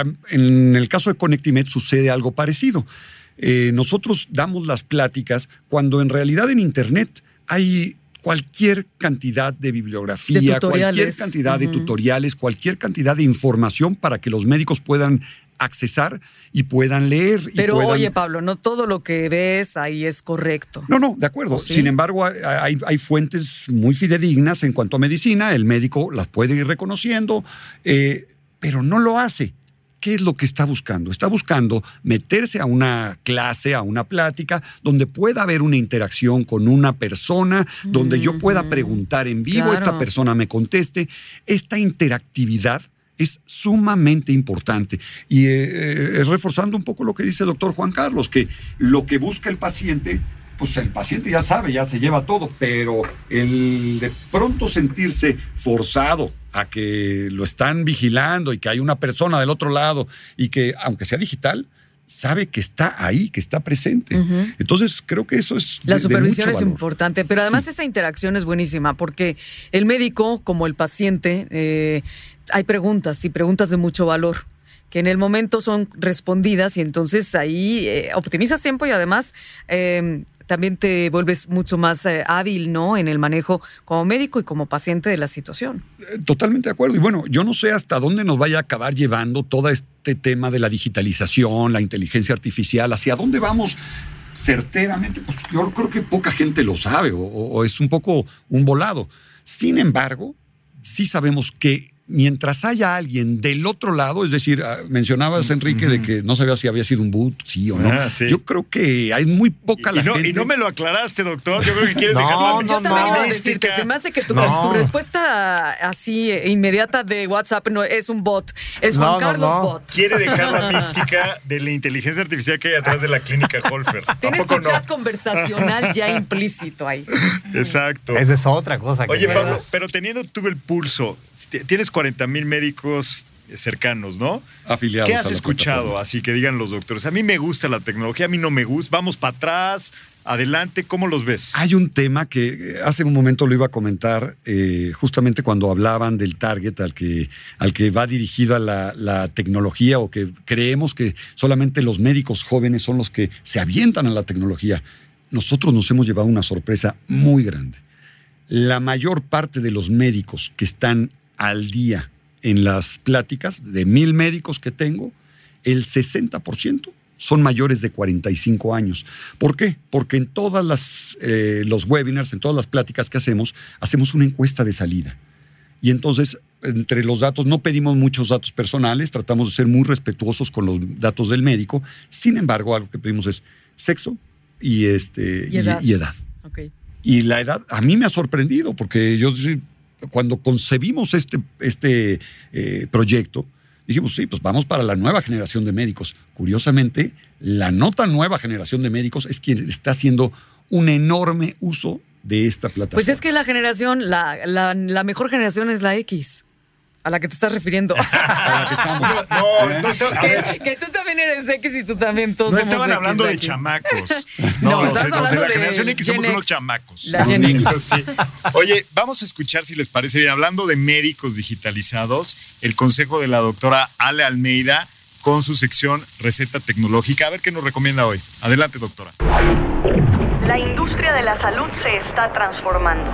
en el caso de Conectimed sucede algo parecido. Eh, nosotros damos las pláticas cuando en realidad en Internet hay cualquier cantidad de bibliografía, de cualquier cantidad uh-huh. de tutoriales, cualquier cantidad de información para que los médicos puedan accesar y puedan leer. Pero y puedan... oye, Pablo, no todo lo que ves ahí es correcto. No, no, de acuerdo. ¿Sí? Sin embargo, hay, hay fuentes muy fidedignas en cuanto a medicina, el médico las puede ir reconociendo, eh, pero no lo hace. ¿Qué es lo que está buscando? Está buscando meterse a una clase, a una plática, donde pueda haber una interacción con una persona, mm-hmm. donde yo pueda preguntar en vivo, claro. esta persona me conteste. Esta interactividad es sumamente importante. Y eh, es reforzando un poco lo que dice el doctor Juan Carlos, que lo que busca el paciente, pues el paciente ya sabe, ya se lleva todo, pero el de pronto sentirse forzado a que lo están vigilando y que hay una persona del otro lado y que, aunque sea digital, sabe que está ahí, que está presente. Uh-huh. Entonces, creo que eso es La de, supervisión de mucho es valor. importante, pero además sí. esa interacción es buenísima porque el médico, como el paciente, eh, hay preguntas y preguntas de mucho valor que en el momento son respondidas y entonces ahí eh, optimizas tiempo y además eh, también te vuelves mucho más eh, hábil, ¿no? En el manejo como médico y como paciente de la situación. Totalmente de acuerdo. Y bueno, yo no sé hasta dónde nos vaya a acabar llevando todo este tema de la digitalización, la inteligencia artificial, hacia dónde vamos certeramente. Pues yo creo que poca gente lo sabe o, o es un poco un volado. Sin embargo, sí sabemos que mientras haya alguien del otro lado, es decir, mencionabas, Enrique, uh-huh. de que no sabía si había sido un boot, sí o no. Ah, sí. Yo creo que hay muy poca y, la y no, gente. Y no me lo aclaraste, doctor. Yo creo que quieres no, dejar la, no, Yo también la iba a mística. decirte, se me hace que tu, no. tu respuesta así inmediata de WhatsApp no es un bot, es Juan no, Carlos no, no. bot. Quiere dejar la mística de la inteligencia artificial que hay atrás de la clínica Holfer. Tienes tu no? chat conversacional ya implícito ahí. Exacto. Esa es otra cosa. Que Oye, Pablo, ves. pero teniendo tú el pulso, tienes cuarenta mil médicos cercanos, ¿no? Afiliados. ¿Qué has escuchado? Así que digan los doctores. A mí me gusta la tecnología, a mí no me gusta. Vamos para atrás, adelante. ¿Cómo los ves? Hay un tema que hace un momento lo iba a comentar, eh, justamente cuando hablaban del target al que, al que va dirigida la, la tecnología o que creemos que solamente los médicos jóvenes son los que se avientan a la tecnología. Nosotros nos hemos llevado una sorpresa muy grande. La mayor parte de los médicos que están al día en las pláticas, de mil médicos que tengo, el sesenta por ciento son mayores de cuarenta y cinco años. ¿Por qué? Porque en todas las eh, los webinars, en todas las pláticas que hacemos, hacemos una encuesta de salida. Y entonces, entre los datos, no pedimos muchos datos personales, tratamos de ser muy respetuosos con los datos del médico. Sin embargo, algo que pedimos es sexo y, este, y edad. Y, y edad. Okay. Y la edad a mí me ha sorprendido, porque yo cuando concebimos este, este eh, proyecto, dijimos, sí, pues vamos para la nueva generación de médicos. Curiosamente, la no tan nueva generación de médicos es quien está haciendo un enorme uso de esta plataforma. Pues es que la generación, la, la, la mejor generación es la X. A la que te estás refiriendo. A la que estamos. No, no, no está, que, que tú también eres X y tú también todos no somos estaban X hablando aquí. de chamacos. No, No, estás los, hablando los de la de generación X somos Gen unos X. chamacos. La Gen X. Sí. Oye, vamos a escuchar, si les parece bien, hablando de médicos digitalizados, el consejo de la doctora Ale Almeida con su sección Receta Tecnológica. A ver qué nos recomienda hoy. Adelante, doctora. La industria de la salud se está transformando.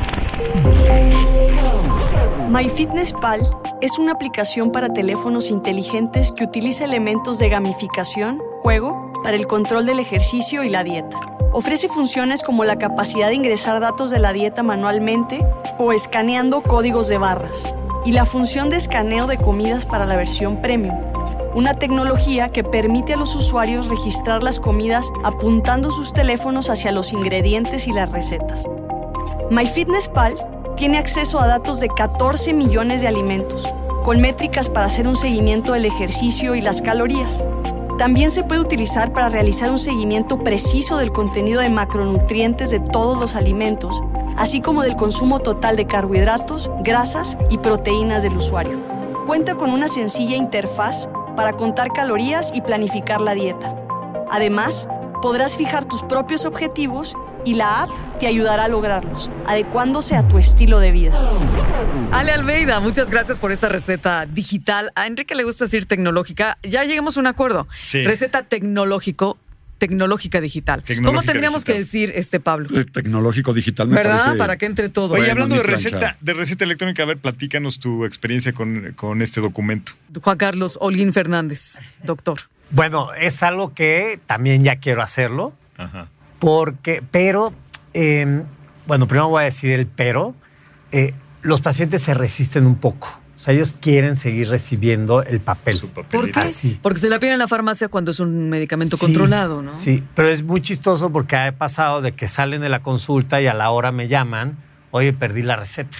MyFitnessPal es una aplicación para teléfonos inteligentes que utiliza elementos de gamificación, juego, para el control del ejercicio y la dieta. Ofrece funciones como la capacidad de ingresar datos de la dieta manualmente o escaneando códigos de barras, y la función de escaneo de comidas para la versión premium. Una tecnología que permite a los usuarios registrar las comidas apuntando sus teléfonos hacia los ingredientes y las recetas. MyFitnessPal tiene acceso a datos de catorce millones de alimentos, con métricas para hacer un seguimiento del ejercicio y las calorías. También se puede utilizar para realizar un seguimiento preciso del contenido de macronutrientes de todos los alimentos, así como del consumo total de carbohidratos, grasas y proteínas del usuario. Cuenta con una sencilla interfaz para contar calorías y planificar la dieta. Además, podrás fijar tus propios objetivos y la app te ayudará a lograrlos, adecuándose a tu estilo de vida. Ale Almeida, muchas gracias por esta receta digital. A Enrique le gusta decir tecnológica. Ya llegamos a un acuerdo. Sí. Receta tecnológico, tecnológica digital. Tecnológica ¿Cómo tendríamos digital. que decir, este Pablo? Eh, Tecnológico digital me ¿Verdad? parece- Para que entre todo. Oye, Bueno, hablando ni de plancha. receta, de receta electrónica, a ver, platícanos tu experiencia con, con este documento. Juan Carlos Olguín Fernández, doctor. Bueno, es algo que también ya quiero hacerlo, Ajá. porque, pero, eh, bueno, primero voy a decir el pero, eh, los pacientes se resisten un poco. O sea, ellos quieren seguir recibiendo el papel. Su ¿Por papelito. qué? Así. Porque se la piden en la farmacia cuando es un medicamento Sí, controlado, ¿no? Sí, pero es muy chistoso porque ha pasado de que salen de la consulta y a la hora me llaman, oye, perdí la receta.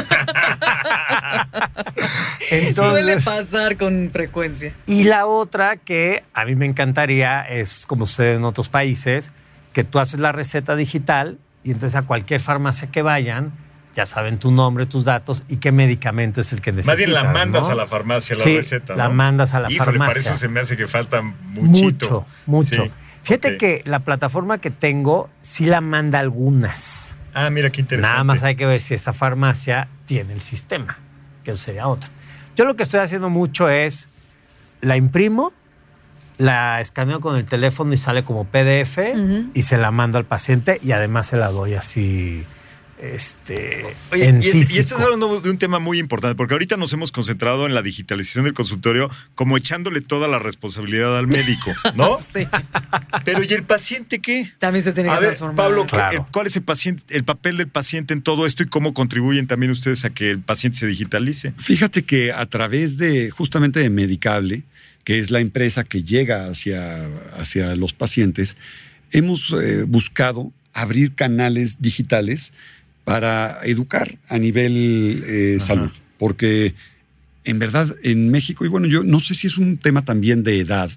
Suele pasar con frecuencia. Y la otra que a mí me encantaría es, como sucede en otros países, que tú haces la receta digital y entonces a cualquier farmacia que vayan, ya saben tu nombre, tus datos y qué medicamento es el que necesitas. Más bien la mandas ¿no? a la farmacia, la Sí, receta, ¿no? la mandas a la Híjole, farmacia. para eso se me hace que falta muchito. Mucho, mucho. Sí. Fíjate Ok. que la plataforma que tengo sí la manda algunas. Ah, mira qué interesante. Nada más hay que ver si esa farmacia tiene el sistema, que eso sería otra. Yo lo que estoy haciendo mucho es, la imprimo, la escaneo con el teléfono y sale como P D F Ujú. y se la mando al paciente y además se la doy así, este, Oye, en y, es- físico. y estás hablando de un tema muy importante, porque ahorita nos hemos concentrado en la digitalización del consultorio como echándole toda la responsabilidad al médico, ¿no? Sí. Pero ¿y el paciente qué? También se tiene que A ver, transformar. Pablo, ¿qué- Claro. ¿cuál es el, paciente, el papel del paciente en todo esto y cómo contribuyen también ustedes a que el paciente se digitalice? Fíjate que a través de justamente de Medicable, que es la empresa que llega hacia, hacia los pacientes, hemos eh, buscado abrir canales digitales para educar a nivel eh, salud. Porque en verdad en México, y bueno, yo no sé si es un tema también de edad,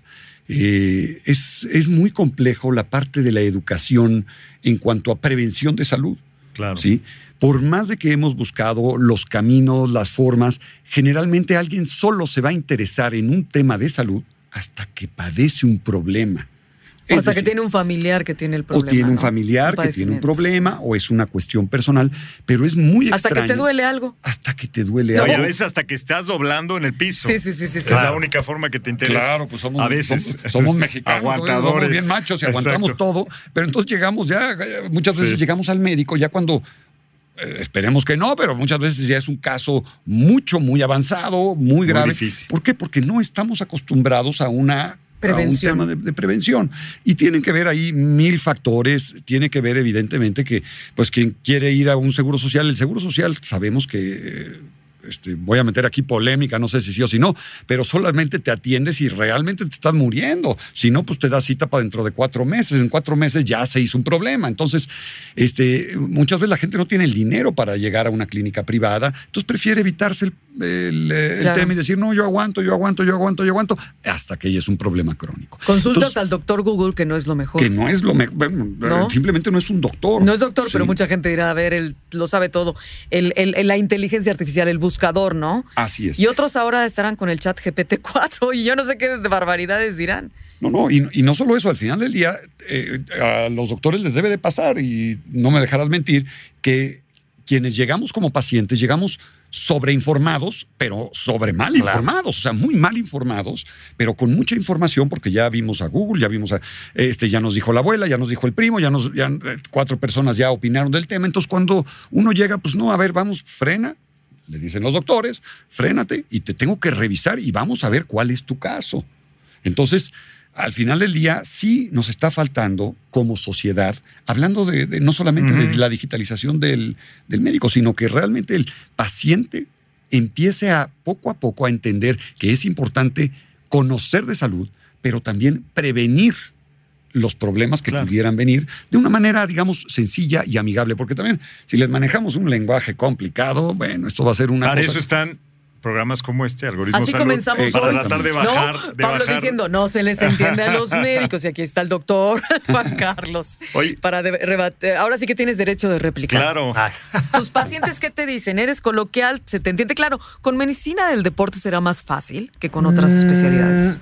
eh, es, es muy complejo la parte de la educación en cuanto a prevención de salud. Claro. ¿Sí? Por más de que hemos buscado los caminos, las formas, generalmente alguien solo se va a interesar en un tema de salud hasta que padece un problema. O Es hasta que decir, tiene un familiar que tiene el problema. o tiene un ¿no? familiar que tiene un padecimiento. problema o es una cuestión personal, pero es muy Hasta extraño. que te duele algo. Hasta que te duele Oye, a algo. veces hasta que estás doblando en el piso. Sí, sí, sí, sí. Es sí. la única forma que te interesa. Claro, pues somos, a veces. somos, somos mexicanos, aguantadores. somos bien machos y aguantamos Exacto. todo, pero entonces llegamos ya, muchas veces Sí. llegamos al médico ya cuando, eh, esperemos que no, pero muchas veces ya es un caso mucho, muy avanzado, muy grave. difícil. ¿Por qué? Porque no estamos acostumbrados a una... Prevención. a un tema de, de prevención. Y tienen que ver ahí mil factores. Tiene que ver, evidentemente, que pues quien quiere ir a un seguro social, el seguro social sabemos que. eh, Este, voy a meter aquí polémica, no sé si sí o si no, pero solamente te atiendes si realmente te estás muriendo. Si no, pues te da cita para dentro de cuatro meses. En cuatro meses ya se hizo un problema. Entonces, este, muchas veces la gente no tiene el dinero para llegar a una clínica privada, entonces prefiere evitarse el, el, el Claro. tema y decir, no, yo aguanto, yo aguanto, yo aguanto, yo aguanto, hasta que ya es un problema crónico. Consultas Entonces, al doctor Google, que no es lo mejor. que no es lo mejor, bueno, ¿No? simplemente no es un doctor. No es doctor, pero Sí. mucha gente dirá, a ver, él lo sabe todo. El, el- el- la inteligencia artificial, el buscador, ¿no? Así es. Y otros ahora estarán con el chat G P T cuatro y yo no sé qué barbaridades dirán. No, no, y, y no solo eso, al final del día eh, a los doctores les debe de pasar, y no me dejarás mentir, que quienes llegamos como pacientes, llegamos sobreinformados, pero sobre mal informados, o sea, muy mal informados, pero con mucha información, porque ya vimos a Google, ya vimos a, este, ya nos dijo la abuela, ya nos dijo el primo, ya nos, ya, eh, cuatro personas ya opinaron del tema. Entonces, cuando uno llega, pues no, a ver, vamos, frena, le dicen los doctores, frénate y te tengo que revisar y vamos a ver cuál es tu caso. Entonces, al final del día, sí nos está faltando como sociedad, hablando de, de no solamente uh-huh. de la digitalización del, del médico, sino que realmente el paciente empiece a poco a poco a entender que es importante conocer de salud, pero también prevenir los problemas que claro. pudieran venir de una manera, digamos, sencilla y amigable, porque también si les manejamos un lenguaje complicado, bueno, esto va a ser una Para cosa... eso están programas como este, Algoritmo Así Salud, comenzamos para hoy. tratar de bajar. ¿No? de Pablo bajar. diciendo, no se les entiende a los médicos. Y aquí está el doctor Juan Carlos. Oye. Para de- rebate- ahora sí que tienes derecho de réplica. Claro. Ay, ¿Tus pacientes qué te dicen? ¿Eres coloquial? ¿Se te entiende? Claro, con medicina del deporte será más fácil que con otras especialidades.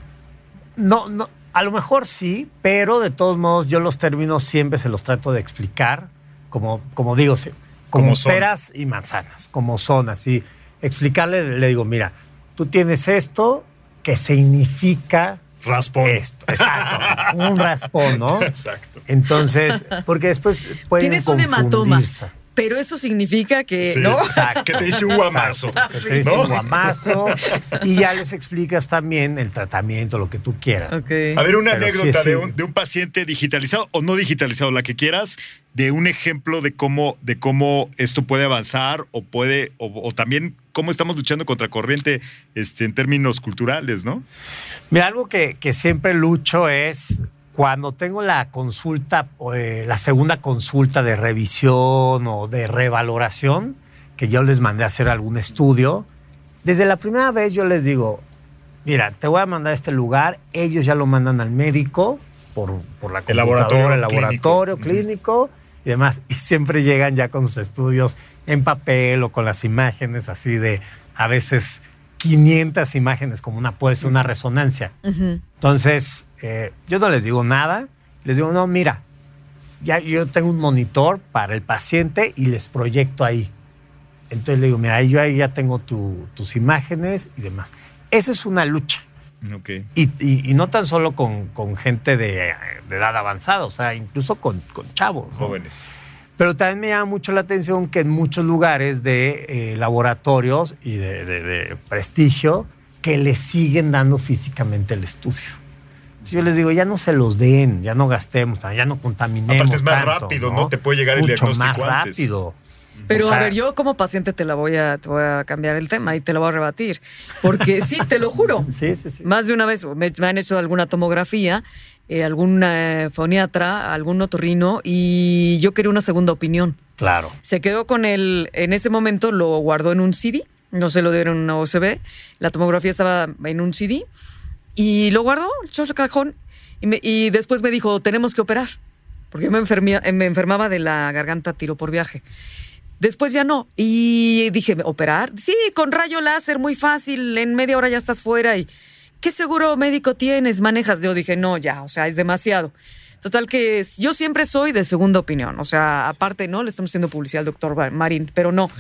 No, no, a lo mejor sí, pero de todos modos yo los términos siempre se los trato de explicar, como, como digo, sí, como, Como son. peras y manzanas, como son, así. Explicarle, le digo, mira, tú tienes esto que significa Raspón. esto. Exacto, un raspón, ¿no? Exacto. Entonces, porque después pueden Tienes un hematoma, confundirse. pero eso significa que, Sí, ¿no? Exacto. Que te diste un guamazo. Que te diste ¿no? un guamazo y ya les explicas también el tratamiento, lo que tú quieras. Ok. A ver, una Pero anécdota sí, sí. De, un, de un paciente digitalizado o no digitalizado, la que quieras, de un ejemplo de cómo, de cómo esto puede avanzar o puede, o, o también cómo estamos luchando contra corriente este, en términos culturales, ¿no? Mira, algo que, que siempre lucho es cuando tengo la consulta, eh, la segunda consulta de revisión o de revaloración, que yo les mandé a hacer algún estudio, desde la primera vez yo les digo, mira, te voy a mandar a este lugar, ellos ya lo mandan al médico por, por la El computadora, laboratorio el laboratorio clínico. clínico y demás, y siempre llegan ya con sus estudios en papel o con las imágenes así de, a veces, quinientas imágenes, como una puede ser una resonancia. Ujú. Entonces, eh, yo no les digo nada, les digo, no, mira, ya yo tengo un monitor para el paciente y les proyecto ahí. Entonces le digo, mira, yo ahí ya tengo tu- tus imágenes y demás. Esa es una lucha. Ok. Y, y- y no tan solo con, con gente de, de edad avanzada, o sea, incluso con, con chavos, ¿no? Jóvenes. Pero también me llama mucho la atención que en muchos lugares de eh, laboratorios y de, de- de prestigio que le siguen dando físicamente el estudio. Entonces yo les digo, ya no se los den, ya no gastemos, ya no contaminemos. Aparte es más tanto, rápido, ¿no? Te puede llegar el Mucho diagnóstico más antes. rápido. Pero O sea, a ver, yo como paciente te la voy a, te voy a cambiar el tema y te lo voy a rebatir. Porque sí, te lo juro. Sí, sí, sí. Más de una vez me, me han hecho alguna tomografía, eh, algún eh, foniatra, algún otorrino y yo quería una segunda opinión. Claro. Se quedó con el, en ese momento lo guardó en un C D, no se lo dieron en una U S B, la tomografía estaba en un C D y lo guardó, echó el cajón y, me- y después me dijo, tenemos que operar, porque yo me, enfermía- me enfermaba de la garganta tiro por viaje. Después ya no. Y dije, ¿operar? Sí, con rayo láser, muy fácil, en media hora ya estás fuera. Y ¿qué seguro médico tienes, manejas? Yo dije, no, ya, o sea, es demasiado. Total que yo siempre soy de segunda opinión. O sea, aparte, ¿no? Le estamos haciendo publicidad al doctor Marín, pero no.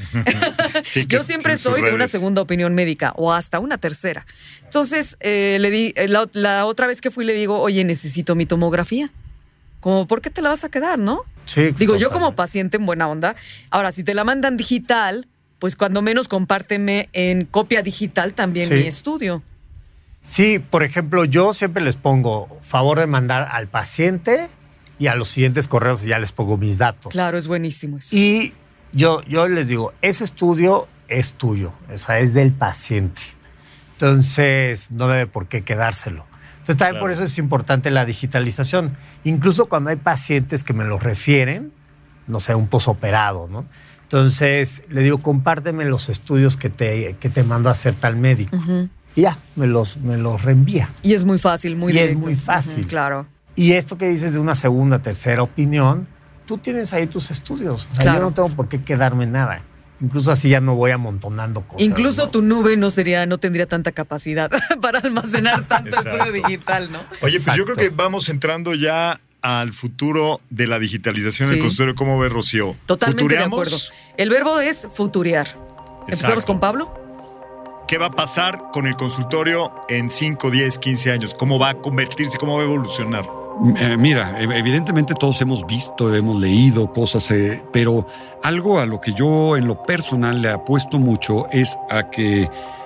Sí, que Yo siempre en sus soy de una redes. segunda opinión médica o hasta una tercera. Entonces, eh, le di, eh, la, la otra vez que fui le digo, oye, necesito mi tomografía. Como, ¿por qué te la vas a quedar, no? Sí, Digo, yo totalmente. como paciente en buena onda. Ahora, si te la mandan digital, pues cuando menos compárteme en copia digital también Sí. mi estudio. Sí, por ejemplo, yo siempre les pongo favor de mandar al paciente y a los siguientes correos ya les pongo mis datos. Claro, es buenísimo eso. Y yo, yo les digo, ese estudio es tuyo, o sea, es del paciente. Entonces, no debe por qué quedárselo. Entonces, también Claro. por eso es importante la digitalización. Incluso cuando hay pacientes que me los refieren, no sé, un posoperado, ¿no? Entonces, le digo, compárteme los estudios que te, que te mando a hacer tal médico. Y ya, me los, me los reenvía. Y es muy fácil, muy Y es directo. muy fácil. Ujú, claro. Y esto que dices de una segunda, tercera opinión, tú tienes ahí tus estudios. O sea, Claro. yo no tengo por qué quedarme nada. Incluso así ya no voy amontonando cosas. Incluso ¿no? tu nube no sería, no tendría tanta capacidad para almacenar tanto Exacto. estudio digital, ¿no? Oye, pues yo creo Exacto. que vamos entrando ya al futuro de la digitalización del Sí. consultorio. ¿Cómo ves, Rocío? Totalmente de ¿Futureamos? acuerdo. El verbo es futurear. ¿Empezamos Exacto. con Pablo? ¿Qué va a pasar con el consultorio en cinco, diez, quince años? ¿Cómo va a convertirse? ¿Cómo va a evolucionar? Eh, mira, ev- evidentemente todos hemos visto, hemos leído cosas, eh, pero algo a lo que yo en lo personal le apuesto mucho es a que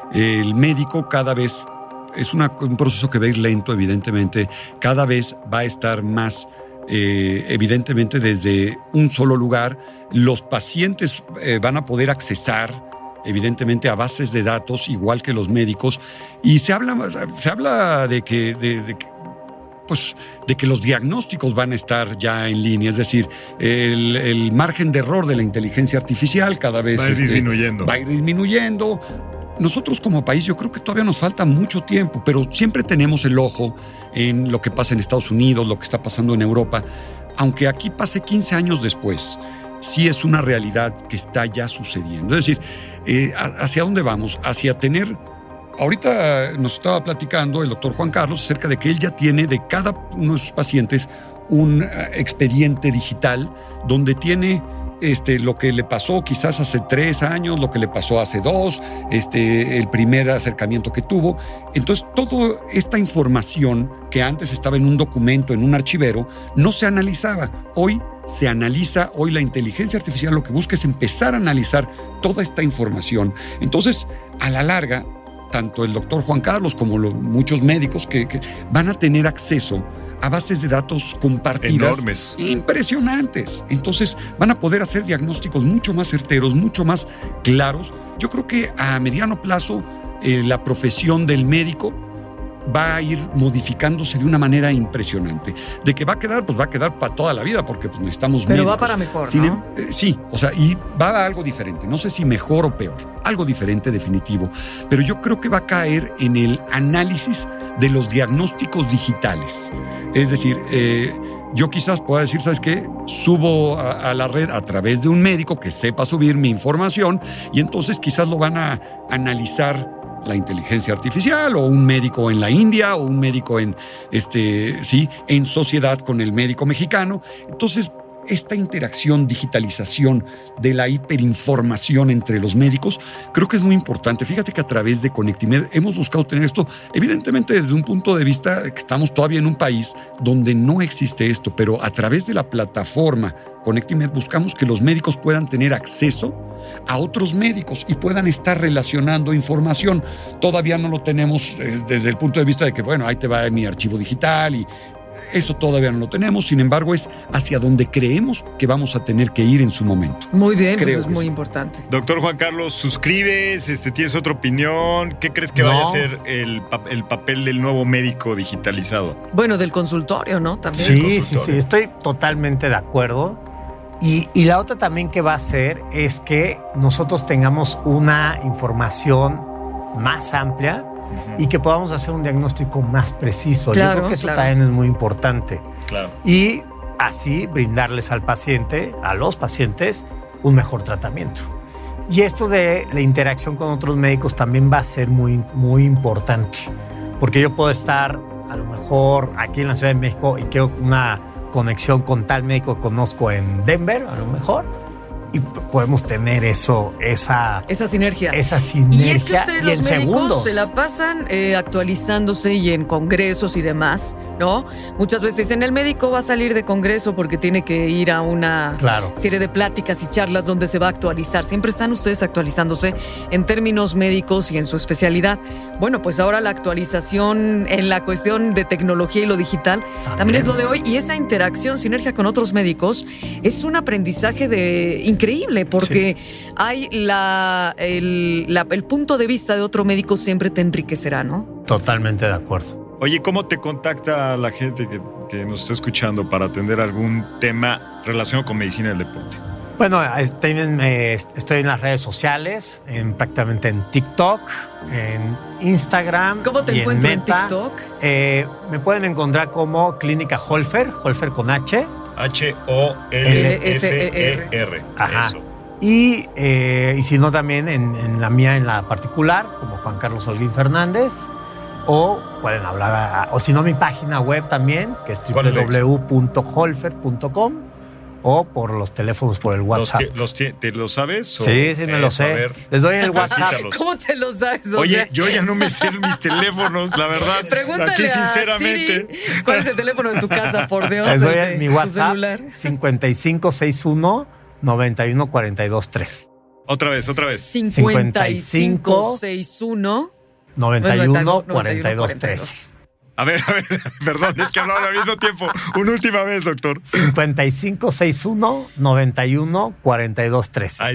el médico cada vez, es una- un proceso que va a ir lento, evidentemente, cada vez va a estar más, eh, evidentemente desde un solo lugar. Los pacientes eh, van a poder accesar evidentemente a bases de datos igual que los médicos, y se habla, se habla de que, de, de que pues de que los diagnósticos van a estar ya en línea, es decir, el, el margen de error de la inteligencia artificial cada vez Va a ir este, disminuyendo. va a ir disminuyendo. nosotros como país yo creo que todavía nos falta mucho tiempo, pero siempre tenemos el ojo en lo que pasa en Estados Unidos, lo que está pasando en Europa. Aunque aquí pase quince años después, sí es una realidad que está ya sucediendo. Es decir, eh, ¿hacia dónde vamos? Hacia tener... Ahorita nos estaba platicando el doctor Juan Carlos acerca de que él ya tiene de cada uno de sus pacientes un uh, expediente digital donde tiene este, lo que le pasó quizás hace tres años, lo que le pasó hace dos, este, el primer acercamiento que tuvo. Entonces, toda esta información que antes estaba en un documento, en un archivero, no se analizaba. Hoy se analiza, hoy la inteligencia artificial lo que busca es empezar a analizar toda esta información. Entonces, a la larga, tanto el doctor Juan Carlos como los, muchos médicos que, que van a tener acceso a bases de datos compartidas enormes, impresionantes. Entonces van a poder hacer diagnósticos mucho más certeros, mucho más claros. Yo creo que a mediano plazo eh, la profesión del médico va a ir modificándose de una manera impresionante. De que va a quedar, pues va a quedar para toda la vida, porque pues necesitamos Pero médicos. va para mejor, Sin, ¿no? Eh, sí, o sea, y va a algo diferente. No sé si mejor o peor. Algo diferente, definitivo. Pero yo creo que va a caer en el análisis de los diagnósticos digitales. Es decir, eh, yo quizás pueda decir, ¿sabes qué? Subo a, a la red a través de un médico que sepa subir mi información y entonces quizás lo van a analizar la inteligencia artificial o un médico en la India o un médico en, este, sí, en sociedad con el médico mexicano. Entonces, esta interacción, digitalización de la hiperinformación entre los médicos, creo que es muy importante. Fíjate que a través de Conectimed hemos buscado tener esto, evidentemente desde un punto de vista de que estamos todavía en un país donde no existe esto, pero a través de la plataforma Conectimed buscamos que los médicos puedan tener acceso a otros médicos y puedan estar relacionando información. Todavía no lo tenemos eh, desde el punto de vista de que, bueno, ahí te va mi archivo digital y eso todavía no lo tenemos. Sin embargo, es hacia donde creemos que vamos a tener que ir en su momento. Muy bien, Creo pues es que muy sí. importante. Doctor Juan Carlos, ¿suscribes? Este, ¿tienes otra opinión? ¿Qué crees que No. vaya a ser el, pa- el papel del nuevo médico digitalizado? Bueno, del consultorio, ¿no? También. Sí, sí, consultorio. sí, estoy totalmente de acuerdo. Y, y la otra también que va a hacer es que nosotros tengamos una información más amplia y que podamos hacer un diagnóstico más preciso. Claro, Yo creo que eso claro. también es muy importante. Claro. Y así brindarles al paciente, a los pacientes, un mejor tratamiento. Y esto de la interacción con otros médicos también va a ser muy, muy importante. Porque yo puedo estar, a lo mejor, aquí en la Ciudad de México y quiero una conexión con tal médico que conozco en Denver, a lo mejor, y p- podemos tener eso, esa, Esa sinergia. esa sinergia Y es que ustedes y los en médicos segundos. se la pasan eh, actualizándose y en congresos y demás, ¿no? Muchas veces dicen, el médico va a salir de congreso porque tiene que ir a una Claro. serie de pláticas y charlas donde se va a actualizar. Siempre están ustedes actualizándose en términos médicos y en su especialidad. Bueno, pues ahora la actualización en la cuestión de tecnología y lo digital también, También. es lo de hoy. Y esa interacción, sinergia con otros médicos, es un aprendizaje de increíble porque hay la el, la- el punto de vista de otro médico siempre te enriquecerá, ¿no? Totalmente de acuerdo. Oye, ¿cómo te contacta la gente que, que nos está escuchando para atender algún tema relacionado con medicina del deporte? Bueno, estoy en, eh, estoy en las redes sociales, en, prácticamente en TikTok, en Instagram. ¿Cómo te y encuentro en Meta. TikTok? Eh, me pueden encontrar como Clínica Holfer, Holfer con H. H O L F E R. Ajá. Eso. Y, eh, y si no, también en, en la mía, en la particular, como Juan Carlos Holguín Fernández. O pueden hablar, a- o si no, mi página web también, que es ¿Cuál es la w w w punto holfer punto com, o por los teléfonos, por el ¿Los WhatsApp. tie- los tie- ¿Te lo sabes? o- Sí, sí, me lo Eso, a sé. ver. Les doy el WhatsApp. Recítalos. ¿Cómo te lo sabes? O Oye, sea, yo ya no me sé mis teléfonos, la verdad. pregúntale Aquí, a sinceramente. Siri, ¿cuál es el teléfono de tu casa, por Dios? Les doy el de mi tu WhatsApp, celular. cincuenta y cinco sesenta y uno, noventa y uno, cuarenta y dos, tres. Otra vez, otra vez. cincuenta y cinco sesenta y uno noventa y uno, cuarenta y dos, tres. A ver, a ver, perdón, es que hablaba al mismo tiempo. Una última vez, doctor. cincuenta y cinco sesenta y uno, noventa y uno, cuarenta y dos, tres. Ahí está.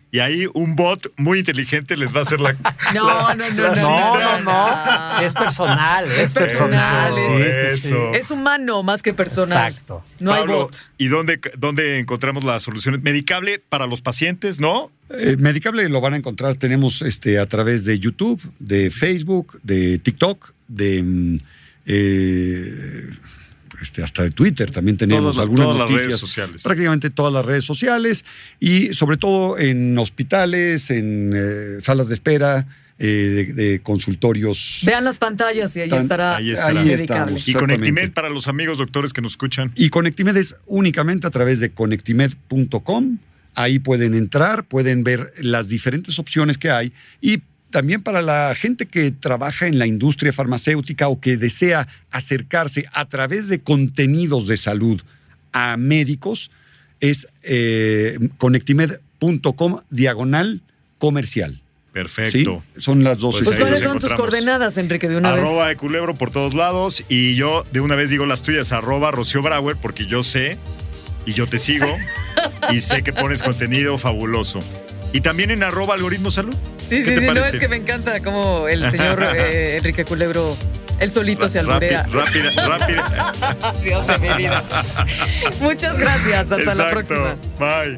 y ahí un bot muy inteligente les va a hacer la. No, la, no, no, la no, cita. No, no, no. Es personal. Es, Es personal. Sí, sí, sí. Eso. Es humano más que personal. Exacto. No hay Pablo, bot. ¿y dónde, dónde encontramos las soluciones? Medicable para los pacientes, ¿no? Eh, Medicable lo van a encontrar, tenemos este a través de YouTube, de Facebook, de TikTok, de mm, eh, este, hasta de Twitter también tenemos Todas- algunas todas las noticias. redes sociales. Prácticamente todas las redes sociales y sobre todo en hospitales, en eh, salas de espera, eh, de, de consultorios. Vean las pantallas y ahí Tan- estará, ahí estará. Ahí Medicable. estamos. Y Exactamente. Conectimed para los amigos doctores que nos escuchan. Y Conectimed es únicamente a través de conectimed punto com. Ahí pueden entrar, pueden ver las diferentes opciones que hay y también para la gente que trabaja en la industria farmacéutica o que desea acercarse a través de contenidos de salud a médicos, es eh, conectimed punto com diagonal comercial. Perfecto. ¿Sí? Son las dos. Pues Pues ahí ¿cuáles nos son tus encontramos. coordenadas, Enrique, de una Arroba vez? de Culebro por todos lados. Y yo de una vez digo las tuyas, arroba Rocío Brauer, porque yo sé y yo te sigo y sé que pones contenido fabuloso. Y también en arroba Algoritmo Salud. Sí, ¿Qué sí, te sí. No, parece? es que me encanta cómo el señor eh, Enrique Culebro, él solito se alburea. Rápida, rápida. Dios de mi vida. Muchas gracias. Hasta la Exacto. próxima. Bye.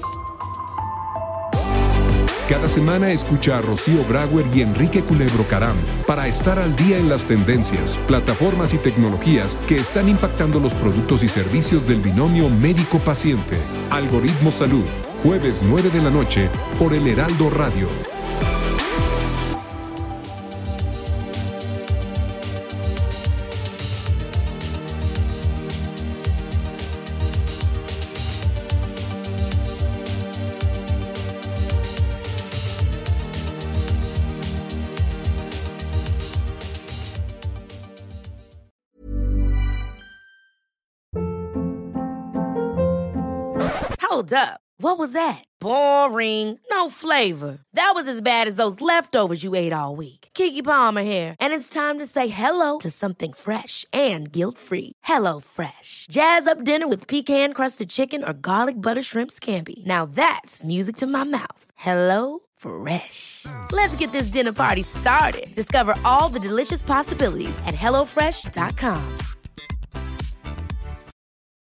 Cada semana escucha a Rocío Brauer y Enrique Culebro Caram para estar al día en las tendencias, plataformas y tecnologías que están impactando los productos y servicios del binomio médico-paciente. Algoritmo Salud, jueves nueve de la noche por El Heraldo Radio. Hold up. What was that? Boring. No flavor. That was as bad as those leftovers you ate all week. Keke Palmer here, and it's time to say hello to something fresh and guilt-free. Hello Fresh. Jazz up dinner with pecan-crusted chicken or garlic butter shrimp scampi. Now that's music to my mouth. Hello Fresh. Let's get this dinner party started. Discover all the delicious possibilities at hello fresh dot com.